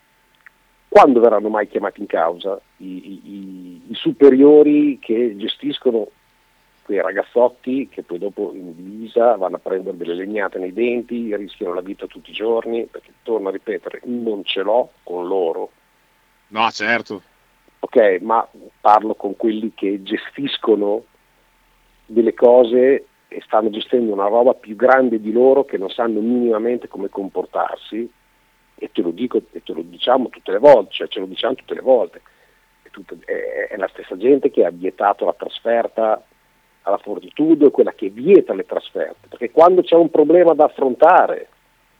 quando verranno mai chiamati in causa i, i, i superiori che gestiscono quei ragazzotti che poi dopo in divisa vanno a prendere delle legnate nei denti, rischiano la vita tutti i giorni, perché torno a ripetere, non ce l'ho con loro. No, certo. Ok, ma parlo con quelli che gestiscono delle cose e stanno gestendo una roba più grande di loro, che non sanno minimamente come comportarsi, e te lo dico e te lo diciamo tutte le volte, cioè ce lo diciamo tutte le volte. È, tutta, è, è la stessa gente che ha vietato la trasferta alla Fortitudo, è quella che vieta le trasferte, perché quando c'è un problema da affrontare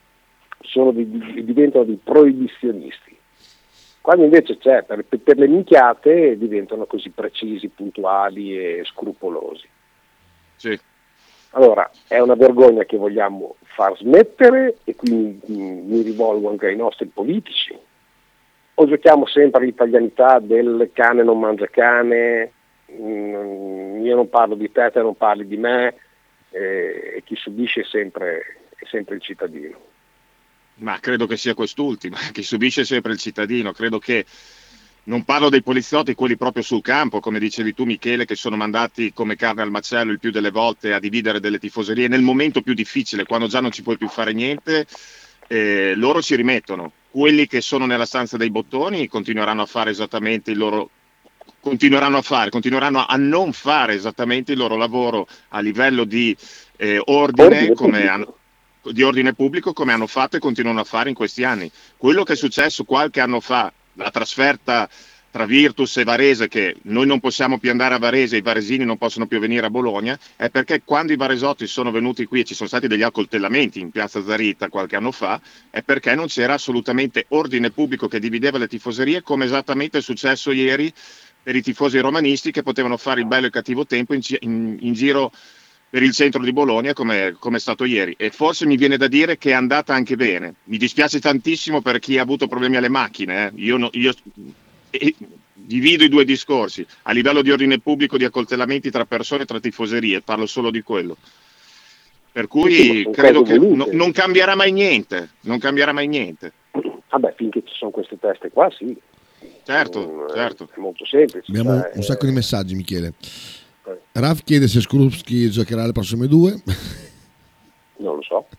sono di, di, diventano dei proibizionisti. Quando invece c'è per, per le minchiate diventano così precisi, puntuali e scrupolosi. Sì. Allora, è una vergogna che vogliamo far smettere, e quindi mh, mi rivolgo anche ai nostri politici. O giochiamo sempre all'italianità del cane non mangia cane, mh, io non parlo di te, te non parli di me, eh, e chi subisce è sempre, è sempre il cittadino. Ma credo che sia quest'ultima, che subisce sempre il cittadino. Credo che, non parlo dei poliziotti, quelli proprio sul campo, come dicevi tu Michele, che sono mandati come carne al macello il più delle volte a dividere delle tifoserie nel momento più difficile, quando già non ci puoi più fare niente, eh, loro ci rimettono. Quelli che sono nella stanza dei bottoni continueranno a fare esattamente il loro continueranno a fare, continueranno a non fare esattamente il loro lavoro a livello di eh, ordine, Ordine come pubblico. hanno di ordine pubblico, come hanno fatto e continuano a fare in questi anni. Quello che è successo qualche anno fa, la trasferta tra Virtus e Varese, che noi non possiamo più andare a Varese, i varesini non possono più venire a Bologna, è perché quando i varesotti sono venuti qui e ci sono stati degli accoltellamenti in piazza Zarita qualche anno fa, è perché non c'era assolutamente ordine pubblico che divideva le tifoserie, come esattamente è successo ieri per i tifosi romanisti, che potevano fare il bello e il cattivo tempo in, in, in giro per il centro di Bologna, come è stato ieri. E forse mi viene da dire che è andata anche bene. Mi dispiace tantissimo per chi ha avuto problemi alle macchine, eh. io, no, io eh, divido i due discorsi a livello di ordine pubblico, di accoltellamenti tra persone, tra tifoserie, parlo solo di quello. Per cui Sì, sì, credo che no, volute. non cambierà mai niente, non cambierà mai niente. Vabbè, finché ci sono queste teste qua, sì. Certo, Mm, certo. È molto semplice. Abbiamo cioè, un sacco eh, di messaggi, Michele. Raf chiede se Skrupski giocherà le prossime due. Non lo so.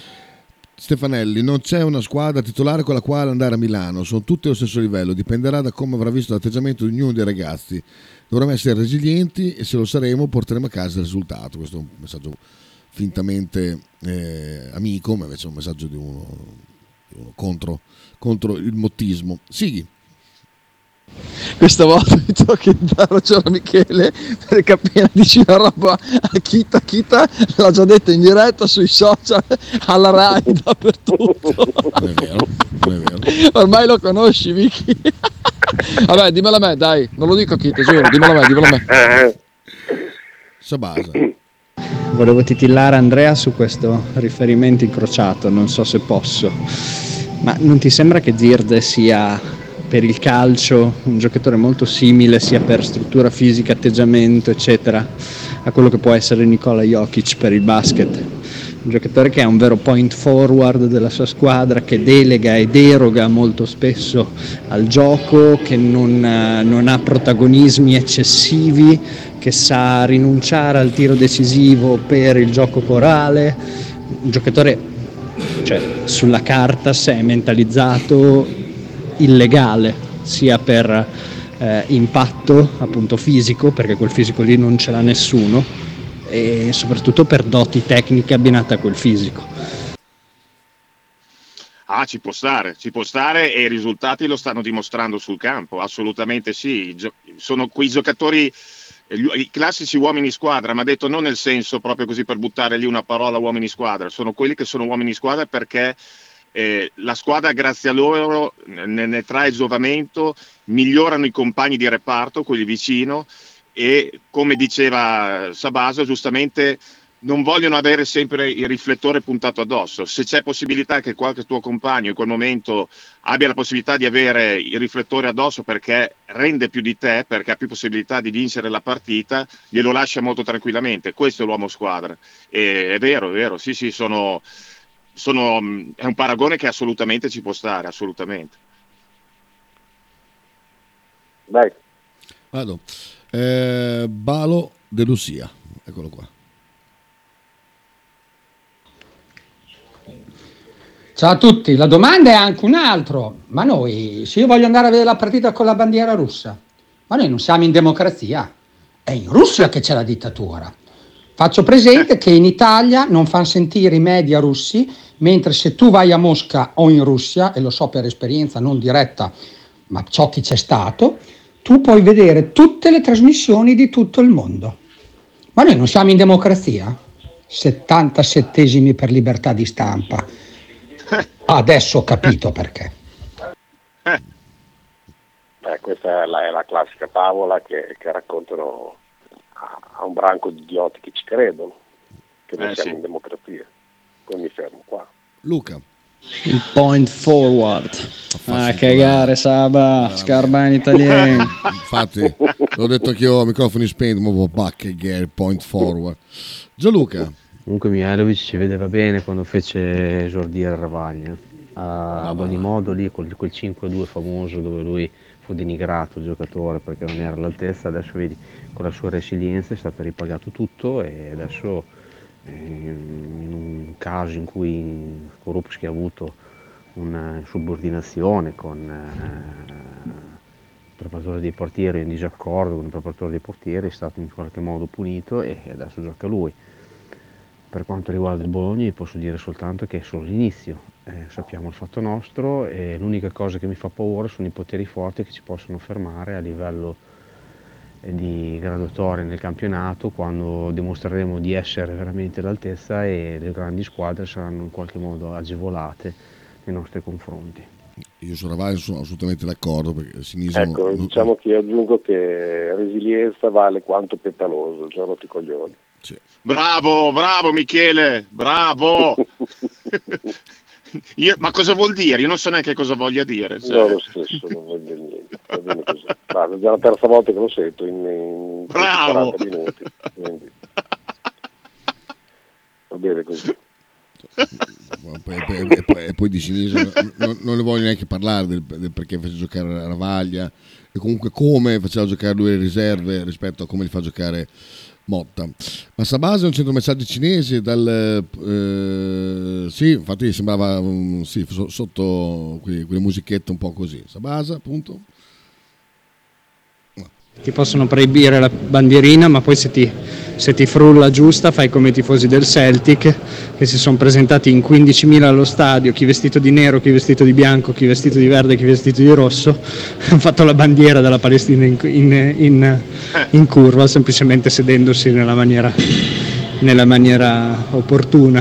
Stefanelli, non c'è una squadra titolare con la quale andare a Milano, sono tutte allo stesso livello, dipenderà da come avrà visto l'atteggiamento di ognuno dei ragazzi. Dovremmo essere resilienti e se lo saremo porteremo a casa il risultato. Questo è un messaggio fintamente eh, amico, ma invece è un messaggio di uno, di uno contro, contro il mottismo. Sighi. questa volta mi tocca dare ragione a Michele, perché appena dici una roba a Kita, Kita l'ha già detto in diretta sui social, alla Rai, dappertutto. Non è vero, non è vero. Ormai lo conosci, Vicky. Vabbè, dimmelo a me, dai, non lo dico a Kita, giuro, dimmelo a me, dimmelo a me. Sabasa. Volevo titillare Andrea su questo riferimento incrociato, non so se posso, ma non ti sembra che Zirze sia per il calcio un giocatore molto simile sia per struttura fisica, atteggiamento eccetera a quello che può essere Nikola Jokic per il basket? Un giocatore che è un vero point forward della sua squadra, che delega e deroga molto spesso al gioco, che non, non ha protagonismi eccessivi, che sa rinunciare al tiro decisivo per il gioco corale. Un giocatore, cioè, sulla carta, se è mentalizzato, illegale, sia per eh, impatto appunto fisico, perché quel fisico lì non ce l'ha nessuno, e soprattutto per doti tecniche abbinate a quel fisico. Ah, ci può stare, ci può stare e i risultati lo stanno dimostrando sul campo, assolutamente sì. Gio- sono quei giocatori, i classici uomini squadra, ma detto non nel senso proprio così per buttare lì una parola uomini squadra, sono quelli che sono uomini squadra perché eh, la squadra grazie a loro ne, ne trae giovamento, migliorano i compagni di reparto, quelli vicino, e come diceva Sabasa giustamente non vogliono avere sempre il riflettore puntato addosso. Se c'è possibilità che qualche tuo compagno in quel momento abbia la possibilità di avere il riflettore addosso perché rende più di te, perché ha più possibilità di vincere la partita, glielo lascia molto tranquillamente. Questo è l'uomo squadra. E è vero, è vero, sì sì, sono, sono, è un paragone che assolutamente ci può stare, assolutamente. Dai. Vado. Eh, Balo De Lucia, eccolo qua. Ciao a tutti, la domanda è anche un altro, ma noi, se io voglio andare a vedere la partita con la bandiera russa, ma noi non siamo in democrazia, è in Russia che c'è la dittatura. Faccio presente che in Italia non fanno sentire i media russi, mentre se tu vai a Mosca o in Russia, e lo so per esperienza non diretta, ma ciò che c'è stato, tu puoi vedere tutte le trasmissioni di tutto il mondo. Ma noi non siamo in democrazia? settantasettesimi per libertà di stampa. Adesso ho capito perché. Eh, questa è la, è la classica tavola che, che raccontano a, a un branco di idioti che ci credono, che noi Eh, siamo sì. in democrazia. Poi mi fermo qua. Luca. Il point forward. Ah, cagare, Saba, scarba in italiano. Infatti, l'ho detto anch'io a microfoni spenti, ma bacche che point forward. Gianluca. Comunque Mihailovic ci vedeva bene quando fece esordire Ravaglia. Ah, ad ogni modo lì quel, quel cinque due famoso dove lui fu denigrato il giocatore perché non era all'altezza, adesso vedi con la sua resilienza è stato ripagato tutto e adesso eh, in un caso in cui Korupski ha avuto una subordinazione con eh, il preparatore dei portieri in disaccordo con il preparatore dei portieri è stato in qualche modo punito e adesso gioca lui. Per quanto riguarda il Bologna vi posso dire soltanto che è solo l'inizio, eh, sappiamo il fatto nostro e l'unica cosa che mi fa paura sono i poteri forti che ci possono fermare a livello eh, di graduatoria nel campionato quando dimostreremo di essere veramente all'altezza e le grandi squadre saranno in qualche modo agevolate nei nostri confronti. Io su Ravaglia sono assolutamente d'accordo perché Sinisa Ecco, non- diciamo che io aggiungo che resilienza vale quanto petaloso, già rotti i coglioni. Bravo, bravo Michele, bravo. Io- ma cosa vuol dire? Io non so neanche cosa voglia dire. cioè. No, lo stesso, non voglio dire niente. Va bene così. Guarda, è già la terza volta che lo sento in, in Bravo. quaranta minuti. Quindi. Va bene così. e poi, e poi- e poi di Sinisa non, non ne voglio neanche parlare del, del perché fece giocare Ravaglia e comunque come faceva giocare lui le riserve rispetto a come li fa giocare Motta. Ma Sabasa è un centro messaggi cinese dal eh, sì, infatti sembrava um, sì, so- sotto que- quelle musichette un po' così. Sabasa, appunto. Ti possono proibire la bandierina, ma poi se ti se ti frulla giusta fai come i tifosi del Celtic che si sono presentati in quindicimila allo stadio, chi vestito di nero, chi vestito di bianco, chi vestito di verde, chi vestito di rosso, hanno fatto la bandiera della Palestina in, in, in, in curva, semplicemente sedendosi nella maniera, nella maniera opportuna.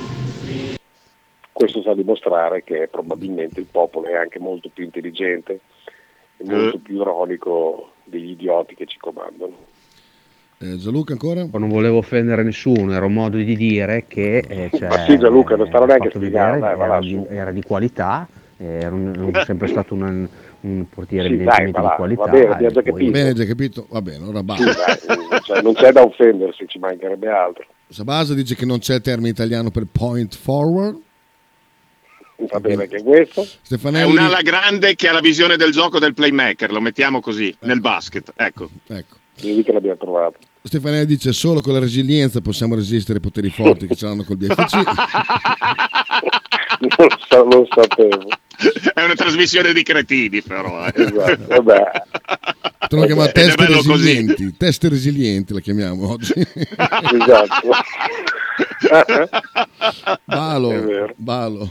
Questo sta a dimostrare che probabilmente il popolo è anche molto più intelligente e molto più ironico degli idioti che ci comandano. Eh, Gianluca ancora? Non volevo offendere nessuno, era un modo di dire che eh, cioè, Ma sì, Gianluca, non starò neanche a fatto spiegare, vedere dai, va era, là, di, su. era di qualità, era un, un, sempre stato un, un portiere Sì, evidentemente dai, va là, di qualità. va bene, abbiamo già e poi- capito. Va bene, già capito? Va bene, ora Sì, basta. dai, cioè, non c'è da offendersi, ci mancherebbe altro. Sabasa dice che non c'è il termine italiano per point forward. Va bene anche questo. È Stefanelli, un'ala grande che ha la visione del gioco del playmaker, lo mettiamo così, nel basket, ecco. ecco. Devi che l'abbiamo trovato. Stefanelli dice solo con la resilienza possiamo resistere ai poteri forti che ce l'hanno col B F C. non, so, non sapevo. È una trasmissione di cretini, però. Eh. Esatto, vabbè. Potremmo chiamare Ed è teste bello così. resilienti. Teste resilienti la chiamiamo oggi. Esatto. È Balo, vero. Balo.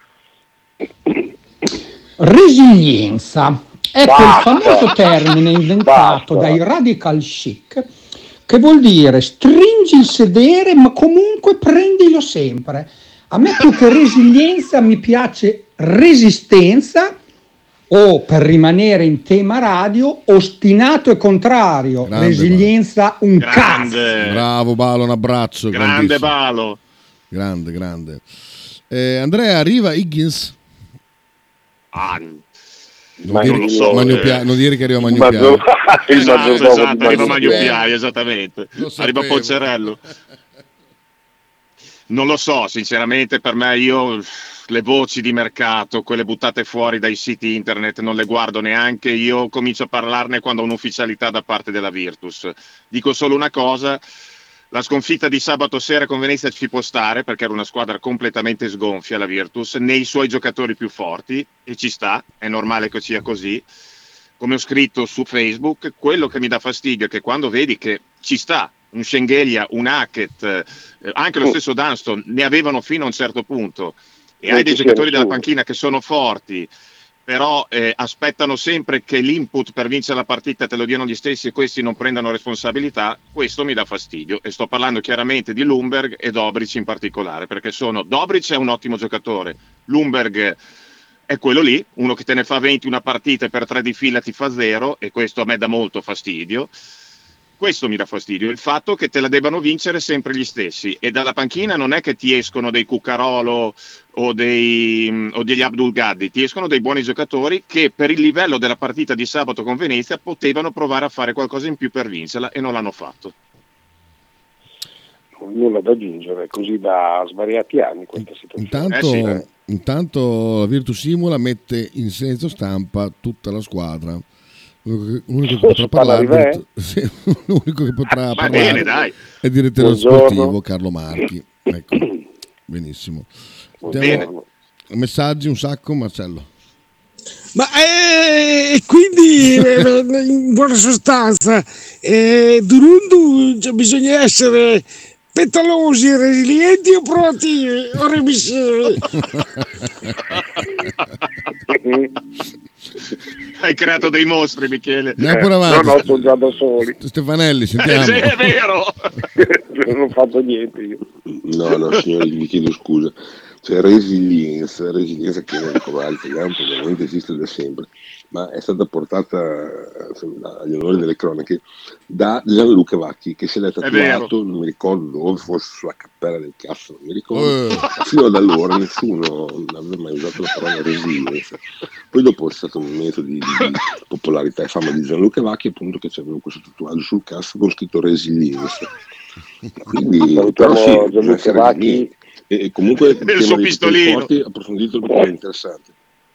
Resilienza è Basta. quel famoso termine inventato Basta. dai radical chic che vuol dire stringi il sedere ma comunque prendilo sempre. A me più che resilienza mi piace resistenza o, per rimanere in tema radio, ostinato e contrario. Grande, resilienza un cazzo. Grande, Bravo Balo, un abbraccio. grande grandissimo. Balo. Grande, grande. Eh, Andrea, arriva Higgins. Ah, Non, Ma dire, non lo so, Magno eh. Pia- non dire che arriva Magno Ma Piano. il esatto, maggiordomo esatto, di arriva Magno Magno Piano. Piai, esattamente. Lo Arriva sapevo. Poncerello. Non lo so, sinceramente per me io le voci di mercato, quelle buttate fuori dai siti internet, non le guardo neanche, io comincio a parlarne quando ho un'ufficialità da parte della Virtus. Dico solo una cosa, la sconfitta di sabato sera con Venezia ci può stare perché era una squadra completamente sgonfia la Virtus, nei suoi giocatori più forti, e ci sta, è normale che sia così. Come ho scritto su Facebook, quello che mi dà fastidio è che quando vedi che ci sta un Schengelia, un Hackett, eh, anche lo stesso Dunston, ne avevano fino a un certo punto, e Non hai dei ci sia giocatori della nessuno. panchina che sono forti, però eh, aspettano sempre che l'input per vincere la partita te lo diano gli stessi e questi non prendano responsabilità, questo mi dà fastidio. E sto parlando chiaramente di Ljungberg e Dobric in particolare, perché sono Dobric è un ottimo giocatore, Ljungberg è quello lì, uno che te ne fa venti una partita e per tre di fila ti fa zero, e questo a me dà molto fastidio. Questo mi dà fastidio, il fatto che te la debbano vincere sempre gli stessi, e dalla panchina non è che ti escono dei Cuccarolo o, dei, o degli Abdul Gaddi, ti escono dei buoni giocatori che per il livello della partita di sabato con Venezia potevano provare a fare qualcosa in più per vincerla e non l'hanno fatto. Nulla da aggiungere, così da svariati anni questa situazione. Intanto, Eh sì. intanto la Virtus Simula mette in silenzio stampa tutta la squadra. L'unico che, l'unico che potrà Parla di parlare, me? sì, l'unico che potrà Va parlare bene, dai. è il direttore Buongiorno. sportivo Carlo Marchi. Ecco, benissimo. Buongiorno. Sentiamo messaggi un sacco, Marcello. Ma eh, quindi eh, in buona sostanza eh, Durundu, cioè, bisogna essere petalosi, resilienti o proattivi o remissivi. Hai creato dei mostri, Michele. Andiamo pure No, avanti. no, sono già da soli. Stefanelli, Eh, sentiamo. sì, è vero. Non ho fatto niente io. No, no, signori, vi chiedo scusa. Cioè, resilienza, resilienza che nel corale italiano ovviamente esiste da sempre, ma è stata portata insomma, agli onori delle cronache da Gianluca Vacchi, che se l'è tatuato, non mi ricordo dove, forse sulla cappella del cazzo, non mi ricordo. Eh. Fino ad allora nessuno aveva mai usato la parola resilienza. Poi dopo è stato un momento di, di, di popolarità e fama di Gianluca Vacchi, appunto, che aveva questo tatuaggio sul cazzo con scritto resilienza. Quindi, Salutiamo però sì, Gianluca essere Vacchi. resilienti. E comunque il tema suo dei pistolino. poteri forti, approfondito perché è interessante.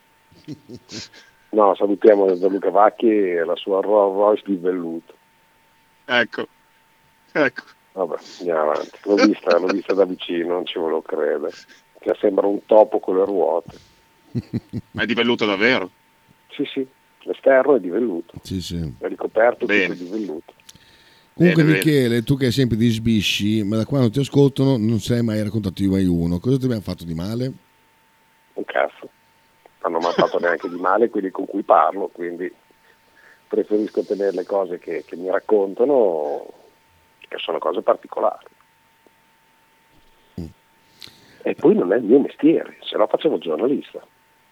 No, salutiamo Gianluca Vacchi e la sua Rolls Royce di velluto. Ecco, ecco. Vabbè, andiamo avanti. L'ho vista, l'ho vista da vicino, non ci volevo credere. Che sembra un topo con le ruote. Ma è di velluto davvero? Sì, sì, l'esterno è di velluto, Sì, sì. è ricoperto Bene. tutto di velluto. Comunque Bene, Michele, tu che hai sempre di sbisci, ma da quando ti ascoltano non sei mai raccontato di mai uno. Cosa ti abbiamo fatto di male? Un cazzo. Non mi hanno fatto neanche di male quelli con cui parlo, quindi preferisco tenere le cose che, che mi raccontano, che sono cose particolari. Mm. E poi non è il mio mestiere, se no facevo giornalista.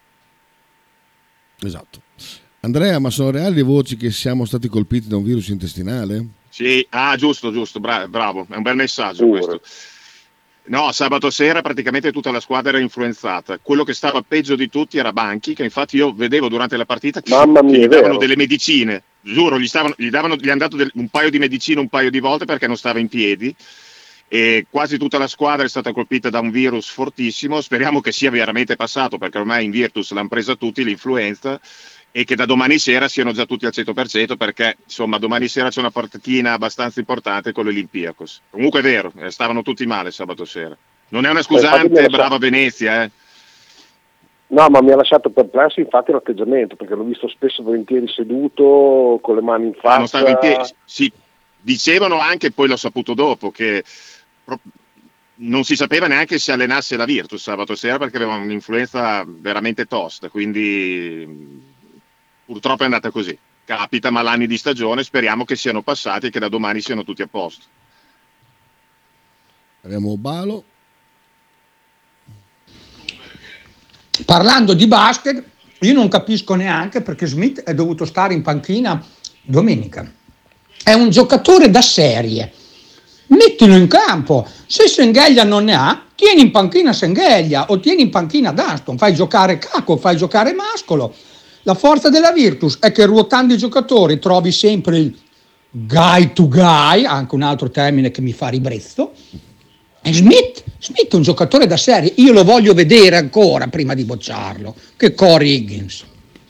Esatto. Andrea, ma sono reali le voci che siamo stati colpiti da un virus intestinale? Sì, ah giusto, giusto, bra- bravo, è un bel messaggio Pure. questo. No, sabato sera praticamente tutta la squadra era influenzata. Quello che stava peggio di tutti era Banchi, che infatti io vedevo durante la partita che, Mamma mia, che gli è davano vero. delle medicine. Giuro, gli, stavano, gli, davano, gli hanno dato del- un paio di medicine un paio di volte perché non stava in piedi. E quasi tutta la squadra è stata colpita da un virus fortissimo. Speriamo che sia veramente passato, perché ormai in Virtus l'hanno presa tutti l'influenza, e che da domani sera siano già tutti al cento per cento, perché insomma domani sera c'è una partitina abbastanza importante con l'Olympiakos. Comunque è vero, eh, stavano tutti male sabato sera. Non è una infatti mi scusante, ha lasciato- brava Venezia, eh. No, ma mi ha lasciato perplesso infatti l'atteggiamento, perché l'ho visto spesso e volentieri seduto, con le mani in Ah, non stava in piedi. faccia. Sì, dicevano anche, poi l'ho saputo dopo, che pro- non si sapeva neanche se allenasse la Virtus sabato sera perché aveva un'influenza veramente tosta, quindi mh, purtroppo è andata così. Capita malanni di stagione, speriamo che siano passati e che da domani siano tutti a posto. Abbiamo Balo. Parlando di basket, io non capisco neanche perché Smith è dovuto stare in panchina domenica. È un giocatore da serie. Mettilo in campo. Se Sengheglia non ne ha, tieni in panchina Sengheglia o tieni in panchina Dunston. Fai giocare Caco, fai giocare Mascolo. La forza della Virtus è che ruotando i giocatori trovi sempre il guy to guy, anche un altro termine che mi fa ribrezzo. E Smith, Smith è un giocatore da serie, io lo voglio vedere ancora prima di bocciarlo, che Corey Higgins.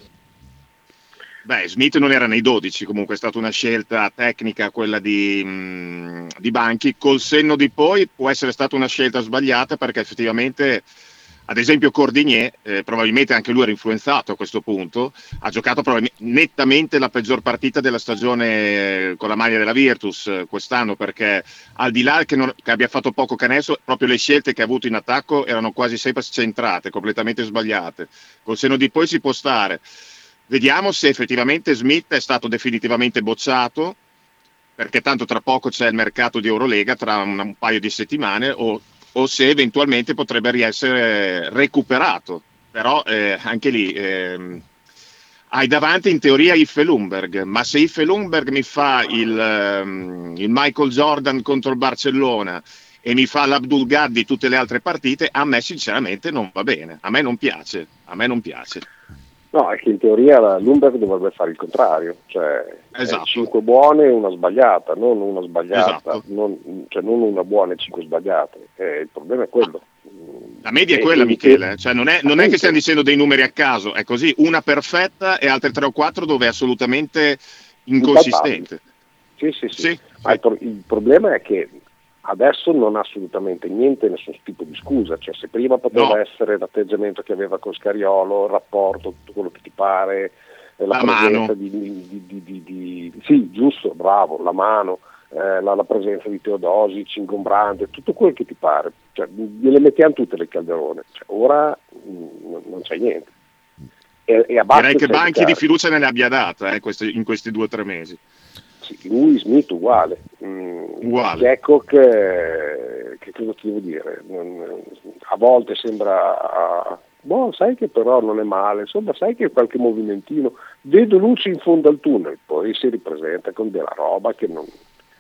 Beh, Smith non era nei dodici, comunque è stata una scelta tecnica quella di, mh, di Banchi. Col senno di poi può essere stata una scelta sbagliata perché effettivamente, ad esempio Cordigné, eh, probabilmente anche lui era influenzato a questo punto, ha giocato probabilmente nettamente la peggior partita della stagione eh, con la maglia della Virtus eh, quest'anno, perché al di là che, non, che abbia fatto poco canestro, proprio le scelte che ha avuto in attacco erano quasi sempre centrate, completamente sbagliate. Col senno di poi ci può stare. Vediamo se effettivamente Smith è stato definitivamente bocciato, perché tanto tra poco c'è il mercato di Eurolega, tra un, un paio di settimane, o, o se eventualmente potrebbe riessere recuperato. Però eh, anche lì ehm, hai davanti in teoria Iffe Lundberg, ma se Iffe Lundberg mi fa il, ehm, il Michael Jordan contro il Barcellona e mi fa l'Abdul Gaddi tutte le altre partite, a me sinceramente non va bene, a me non piace, a me non piace. No, è che in teoria la Lundberg dovrebbe fare il contrario, cioè Esatto. cinque buone e una sbagliata, non una sbagliata, Esatto. non, cioè non una buona e cinque sbagliate. Eh, il problema è quello. La media è E- quella, e- Michele, cioè non è, non è che appunto. stiamo dicendo dei numeri a caso, è così, una perfetta e altre tre o quattro dove è assolutamente inconsistente. Sì, sì, sì. Sì, Ma il, pro- il problema è che adesso non ha assolutamente niente, nessun tipo di scusa, cioè se prima poteva No. essere l'atteggiamento che aveva con Scariolo, il rapporto, tutto quello che ti pare, eh, la, La presenza mano. di, di, di, di, di- di- sì, giusto, bravo, la mano, eh, la, la presenza di Teodosic, ingombrante, tutto quello che ti pare, cioè, gliele mettiamo tutte nel calderone, cioè, ora mh, non, non c'è niente. E, e a basket Direi che sai Banchi giocare. di fiducia ne abbia data eh, questi- in questi due o tre mesi. Sì, lui Smith uguale. Mm, Uguale. Jacob che, che cosa ti devo dire? Non- a volte sembra boh, sai che però non è male, insomma sai che qualche movimentino, vedo luce in fondo al tunnel, poi si ripresenta con della roba che non,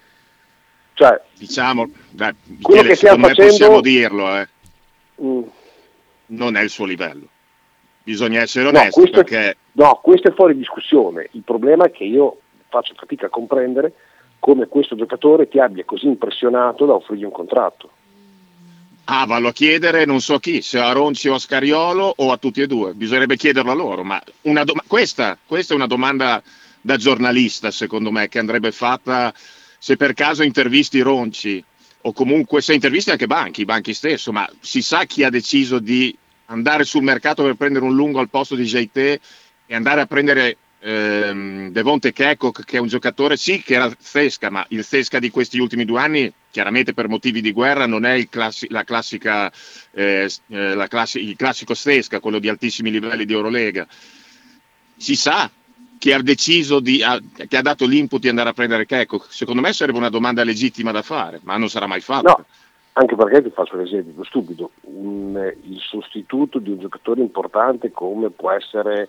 cioè Diciamo, dai, quello Michele, che stiamo secondo me facendo- possiamo dirlo, eh, mm, non è il suo livello. Bisogna essere no, onesti questo, perché no, questo è fuori discussione. Il problema è che io faccio fatica a comprendere come questo giocatore ti abbia così impressionato da offrirgli un contratto. ah, vallo a chiedere non so chi, se a Ronci o a Scariolo o a tutti e due, bisognerebbe chiederlo a loro, ma una doma- questa, questa è una domanda da giornalista secondo me che andrebbe fatta se per caso intervisti Ronci o comunque se intervisti anche Banchi, Banchi stesso, ma si sa chi ha deciso di andare sul mercato per prendere un lungo al posto di J T e andare a prendere ehm, Devonte Kekoc, che è un giocatore, sì, che era Zesca, ma il Zesca di questi ultimi due anni, chiaramente per motivi di guerra, non è il classi- la classica, eh, eh, la classi- il classico Zesca, quello di altissimi livelli di Eurolega. Si sa chi ha deciso di, ha, che ha dato l'input di andare a prendere Kekoc. Secondo me sarebbe una domanda legittima da fare, ma non sarà mai fatta. No, anche perché ti faccio un esempio stupido, un, il sostituto di un giocatore importante come può essere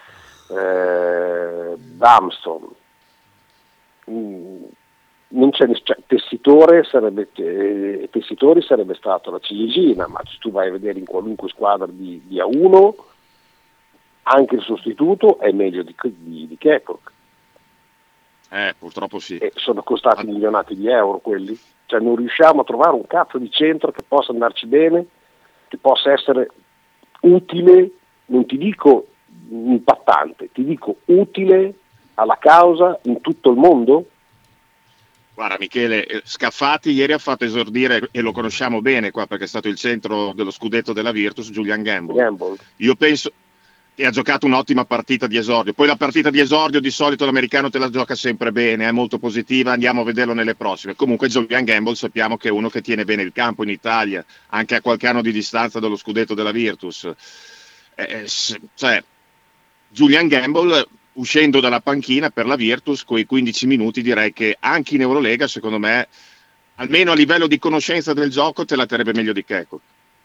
eh, Damson, mm, non c'è, cioè, Tessitore sarebbe, eh, Tessitori sarebbe stato la ciliegina, ma se tu vai a vedere in qualunque squadra di, di A uno, anche il sostituto è meglio di, di, di Kekoc. Eh, purtroppo sì. E sono costati milionati di euro quelli. Cioè non riusciamo a trovare un cazzo di centro che possa andarci bene, che possa essere utile, non ti dico impattante, ti dico utile alla causa in tutto il mondo. Guarda Michele, Scaffati ieri ha fatto esordire, e lo conosciamo bene qua perché è stato il centro dello scudetto della Virtus, Julian Gamble. Gamble. Io penso, e ha giocato un'ottima partita di esordio. Poi la partita di esordio di solito l'americano te la gioca sempre bene, è molto positiva, andiamo a vederlo nelle prossime. Comunque Julian Gamble sappiamo che è uno che tiene bene il campo in Italia, anche a qualche anno di distanza dallo scudetto della Virtus. Eh, cioè, Julian Gamble, uscendo dalla panchina per la Virtus, quei quindici minuti direi che anche in Eurolega, secondo me, almeno a livello di conoscenza del gioco, te la terrebbe meglio di Kekoc.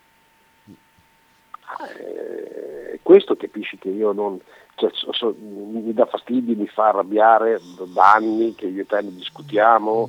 Eh, questo capisci che io non, cioè, so, so, mi dà fastidio, mi fa arrabbiare da anni che io e te ne discutiamo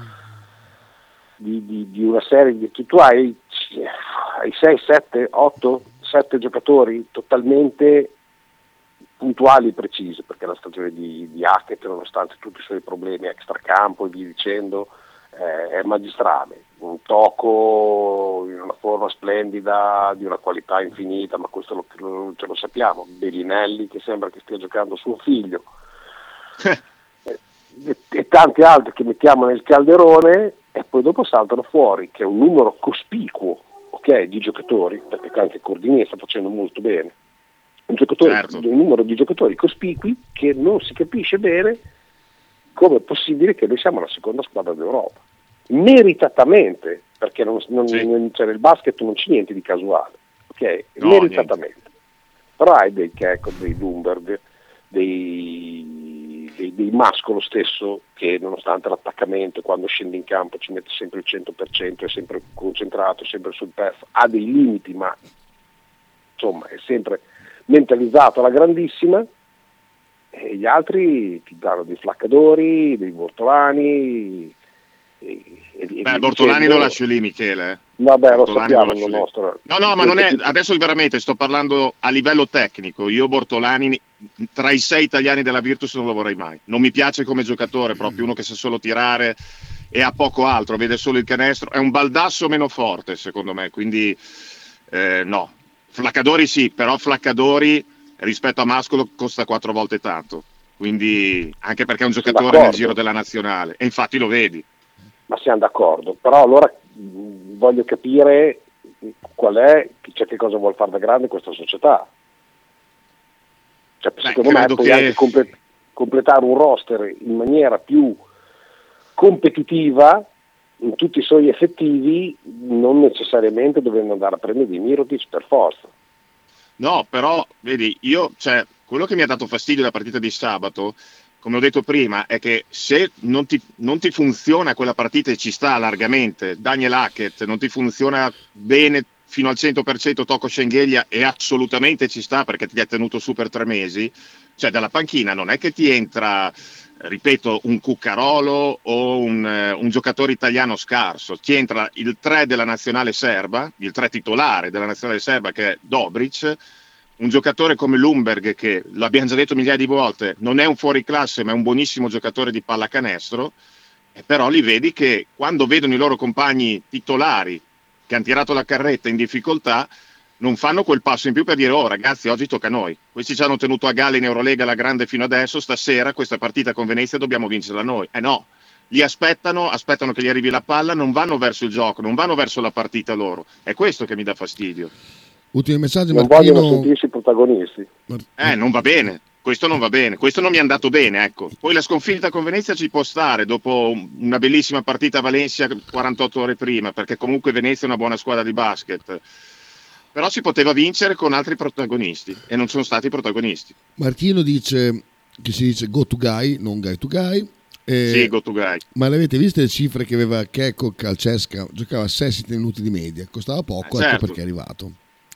di, di, di una serie di, tu hai, hai sei, sette, otto, sette giocatori totalmente puntuali e precisi, perché la stagione di, di Hackett, nonostante tutti i suoi problemi extracampo e via dicendo, eh, è magistrale. Un Tocco in una forma splendida, di una qualità infinita, ma questo lo, lo, ce lo sappiamo. Bellinelli che sembra che stia giocando suo figlio e, e tanti altri che mettiamo nel calderone, e poi dopo saltano fuori che è un numero cospicuo, ok, di giocatori, perché anche Cordini sta facendo molto bene, un giocatore, certo. Un numero di giocatori cospicui che non si capisce bene come è possibile che noi siamo la seconda squadra d'Europa, meritatamente, perché non, non, sì. non, cioè nel basket non c'è niente di casuale, ok? No, meritatamente niente. Però hai dei Kekoc, dei Lumberg, dei, dei, dei Mascolo stesso, che nonostante l'attaccamento quando scende in campo ci mette sempre il cento per cento, è sempre concentrato, sempre sul pezzo, ha dei limiti, ma insomma è sempre mentalizzato alla grandissima. E gli altri ti danno dei flaccadori, dei Bortolani. E, e, Beh, Bortolani lo lascio lì, Michele. Eh. Vabbè, lo sappiamo, lo nostro. No, no, ma non è. Adesso veramente sto parlando a livello tecnico. Io Bortolani tra i sei italiani della Virtus non lo vorrei mai. Non mi piace come giocatore, proprio uno che sa solo tirare e ha poco altro, vede solo il canestro. È un baldasso meno forte, secondo me. Quindi eh, no. Flaccadori sì, però Flaccadori rispetto a Mascolo costa quattro volte tanto, quindi anche perché è un giocatore nel giro della nazionale, e infatti lo vedi. Ma siamo d'accordo, però allora mh, voglio capire qual è, cioè, che cosa vuol fare da grande questa società. Cioè, Beh, secondo me puoi che... anche comple- completare un roster in maniera più competitiva in tutti i suoi effettivi, non necessariamente dovendo andare a prendere di Mirotic per forza. No, però, vedi, io, cioè, quello che mi ha dato fastidio la partita di sabato, come ho detto prima, è che se non ti, non ti funziona quella partita, e ci sta largamente, Daniel Hackett, non ti funziona bene fino al cento per cento Tocco Schengelia, e assolutamente ci sta perché ti ha tenuto su per tre mesi, cioè dalla panchina non è che ti entra, ripeto, un Cuccarolo o un, un giocatore italiano scarso, ti entra il tre della nazionale serba, il tre titolare della nazionale serba che è Dobric, un giocatore come Lumberg che, l'abbiamo già detto migliaia di volte, non è un fuoriclasse ma è un buonissimo giocatore di pallacanestro, e però li vedi che quando vedono i loro compagni titolari che hanno tirato la carretta in difficoltà, non fanno quel passo in più per dire oh ragazzi oggi tocca a noi, questi ci hanno tenuto a galla in Eurolega la grande fino adesso, stasera questa partita con Venezia dobbiamo vincerla noi. Eh no, li aspettano, aspettano che gli arrivi la palla, non vanno verso il gioco, non vanno verso la partita loro, è questo che mi dà fastidio. Ultimi messaggi, non Martino... vogliono sentirsi protagonisti. Eh, non va bene. questo non va bene, questo non mi è andato bene, ecco. Poi la sconfitta con Venezia ci può stare dopo una bellissima partita a Valencia quarantotto ore prima, perché comunque Venezia è una buona squadra di basket. Però si poteva vincere con altri protagonisti e non sono stati protagonisti. Martino dice che si dice go to guy, non guy to guy. Eh, sì, go to guy. Ma le avete viste le cifre che aveva Kekkok al Cesca? Giocava sei sette minuti di media, costava poco, eh, certo. Ecco perché è arrivato.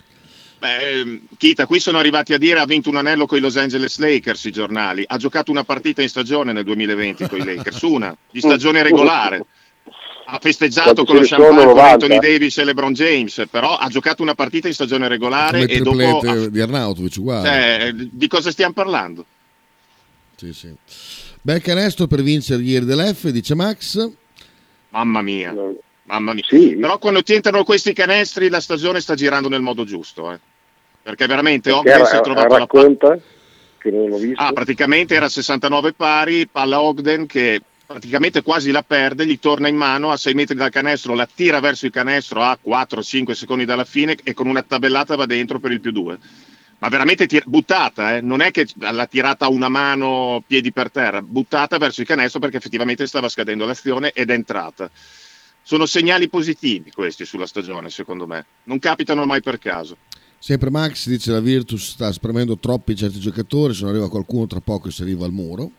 Beh, Kita, qui sono arrivati a dire ha vinto un anello con i Los Angeles Lakers i giornali, ha giocato una partita in stagione nel duemilaventi con i Lakers, una di stagione regolare, ha festeggiato con lo champagne con Anthony Davis e LeBron James, però ha giocato una partita in stagione regolare come e dopo ha... di Arnautovic uguale. Cioè, di cosa stiamo parlando? Sì, sì. Bel canestro per vincere ieri dell'F, dice Max. Mamma mia, mamma mia. Sì. Però quando ti entrano questi canestri la stagione sta girando nel modo giusto, eh. Perché veramente Ogden si è trovato la palla. Che non l'ho visto. Ah, praticamente era sessantanove pari, palla Ogden che praticamente quasi la perde, gli torna in mano a sei metri dal canestro, la tira verso il canestro a quattro cinque secondi dalla fine e con una tabellata va dentro per il più due. Ma veramente tir- buttata, eh? Non è che l'ha tirata a una mano piedi per terra, buttata verso il canestro perché effettivamente stava scadendo l'azione ed è entrata. Sono segnali positivi questi sulla stagione, secondo me. Non capitano mai per caso. Sempre Max dice la Virtus sta spremendo troppi certi giocatori, se non arriva qualcuno tra poco si arriva al muro.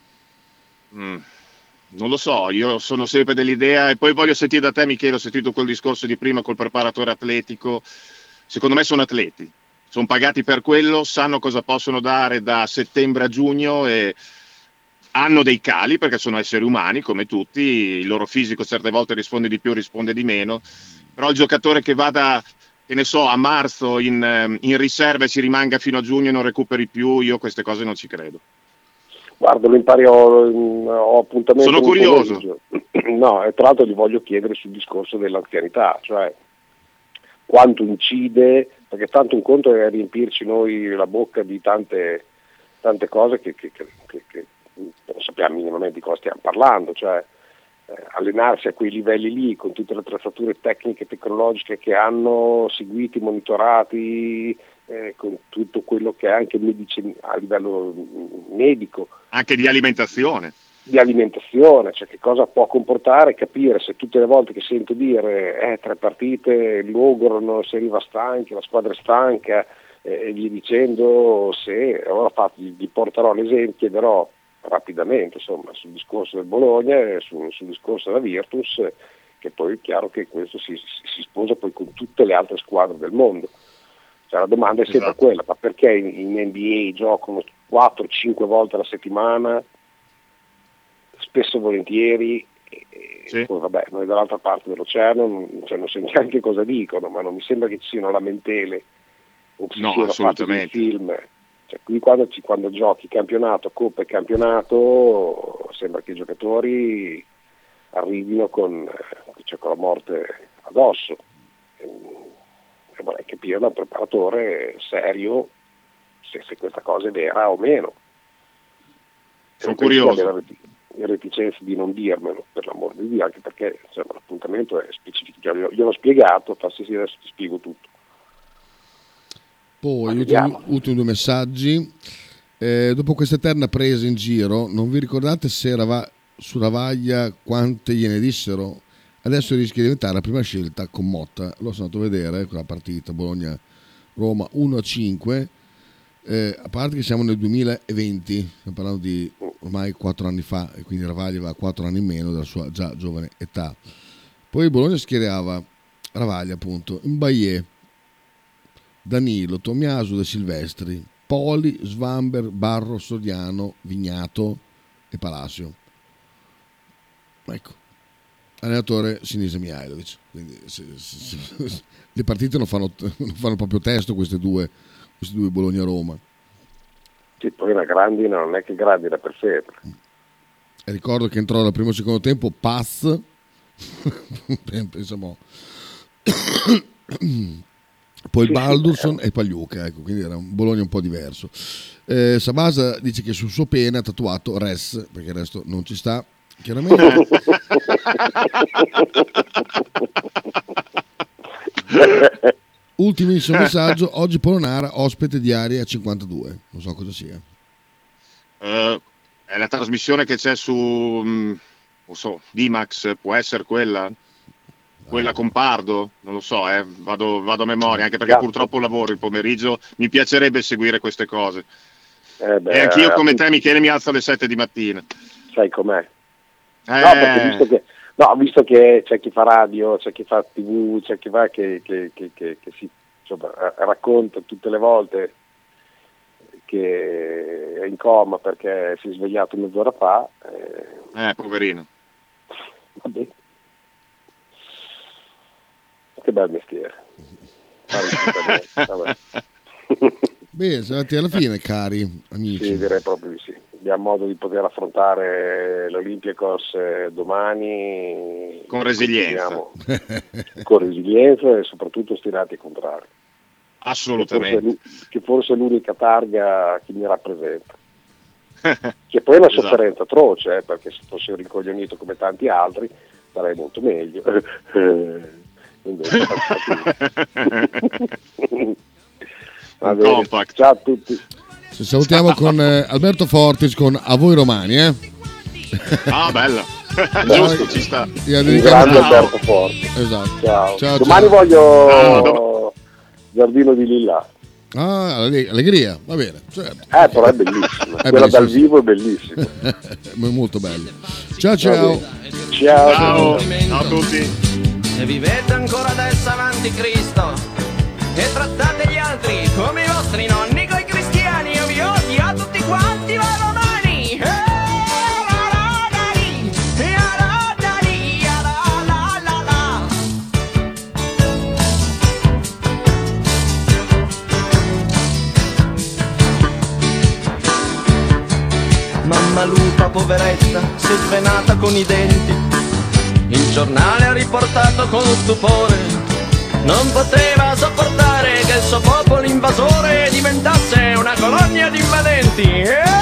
Mm. Non lo so, io sono sempre dell'idea, e poi voglio sentire da te, Michele, ho sentito quel discorso di prima col preparatore atletico. Secondo me sono atleti, sono pagati per quello, sanno cosa possono dare da settembre a giugno e hanno dei cali perché sono esseri umani come tutti, il loro fisico certe volte risponde di più, risponde di meno, però il giocatore che vada, che ne so, a marzo in, in riserva e ci rimanga fino a giugno e non recuperi più, io queste cose non ci credo. Guarda, lo impari, ho, ho appuntamento. Sono curioso. No, e tra l'altro gli voglio chiedere sul discorso dell'anzianità, cioè quanto incide, perché tanto un conto è riempirci noi la bocca di tante, tante cose che, che, che, che, che non sappiamo minimamente di cosa stiamo parlando, cioè eh, allenarsi a quei livelli lì con tutte le attrezzature tecniche e tecnologiche che hanno, seguiti, monitorati, eh, con tutto quello che è anche medicin- a livello medico. Anche di alimentazione. Di alimentazione, cioè che cosa può comportare, capire se tutte le volte che sento dire eh, tre partite logorano, si arriva stanchi, la squadra è stanca eh, e via dicendo, se allora fatto, gli, gli porterò l'esempio, chiederò rapidamente insomma sul discorso del Bologna e sul, sul discorso della Virtus, che poi è chiaro che questo si, si, si sposa poi con tutte le altre squadre del mondo. Cioè, la domanda è sempre esatto. quella, ma perché in, in N B A giocano quattro cinque volte alla settimana, spesso e volentieri, e, sì. e poi vabbè, noi dall'altra parte dell'oceano non, cioè, non so neanche cosa dicono, ma non mi sembra che ci siano lamentele o che no, siano fatti dei film. Cioè, qui quando, ci, quando giochi campionato, coppa e campionato, sembra che i giocatori arrivino con, cioè, con la morte addosso. E, e vorrei capire da un preparatore serio se, se questa cosa è vera o meno. Sono curioso. Le reticenze di non dirmelo, per l'amor di Dio, anche perché insomma, l'appuntamento è specifico, io gliel'ho spiegato, passi sì, adesso ti spiego tutto. Poi ultimi, ultimi due messaggi. Eh, dopo questa eterna presa in giro, non vi ricordate se Rava, su Ravaglia quante gliene dissero? Adesso rischia di diventare la prima scelta con Motta. L'ho stato a vedere quella partita Bologna-Roma uno a cinque. Eh, a parte che siamo nel duemilaventi, stiamo parlando di ormai quattro anni fa, e quindi Ravaglia aveva quattro anni in meno della sua già giovane età. Poi il Bologna schierava Ravaglia appunto, Mbaye, Danilo, Tommaso, De Silvestri, Poli, Svamber, Barro, Soriano, Vignato e Palacio. Ecco, allenatore Sinisa Mihajlovic. Quindi se, se, se, le partite non fanno, non fanno proprio testo queste due, questi due Bologna-Roma. Sì, poi una grandina non è che grandina per sempre. E ricordo che entrò dal primo e secondo tempo Paz, pensiamo, poi Baldurson e Pagliuca, ecco, quindi era un Bologna un po' diverso. Eh, Sabasa dice che sul suo pene ha tatuato Res, perché il resto non ci sta, chiaramente. Ultimissimo messaggio, oggi Polonara ospite di Area cinquantadue, non so cosa sia. Uh, è la trasmissione che c'è su, mh, non so, D-Max, può essere quella? Quella con Pardo? Non lo so, eh. vado, vado a memoria, anche perché Esatto. purtroppo lavoro il pomeriggio, mi piacerebbe seguire queste cose. Eh beh, E anch'io come te, Michele, mi alzo alle sette di mattina. Sai com'è? Eh, No, perché visto che, no, visto che c'è chi fa radio, c'è chi fa tivù, c'è chi fa che, che, che, che, che si insomma, racconta tutte le volte che è in coma perché si è svegliato mezz'ora fa. Eh, eh poverino. Vabbè. Che bel mestiere. Fare il cittadino, vabbè. Bene, siamo arrivati alla fine, cari amici. Sì, direi proprio di sì. Abbiamo modo di poter affrontare l'Olympiacos eh, domani Con resilienza. continuiamo, con resilienza e soprattutto stirati ai contrari. Assolutamente. Che forse, che forse è l'unica targa che mi rappresenta. Che poi è una Esatto. sofferenza atroce, eh, perché se fossi rincoglionito come tanti altri sarei molto meglio. Invece, Va bene. Compact. Ciao a tutti. Ci salutiamo con eh, Alberto Fortis con A voi romani, eh? Ah, bella. Dai. Giusto, ci sta. Io Un dedichiamo- grande Alberto Forti. Esatto. Ciao. Ciao, Domani ciao. voglio Ciao, dom- Giardino di Lilla. Ah, alleg- allegria, va bene. Certo. Eh, però è bellissimo. È Quella bellissimo, dal sì. vivo è bellissimo. È molto bello. Ciao ciao. Ciao. Ciao. Ciao a tutti. E vivete ancora adesso avanti Cristo e trattate gli altri come i vostri nonni coi cristiani. Io vi odio a tutti quanti voi romani. Eh, la la la li, eh, la la li, eh, la la la la. Mamma lupa poveretta si è svenata con i denti. Il giornale ha riportato con stupore, non poteva sopportare che il suo popolo invasore diventasse una colonia di invadenti.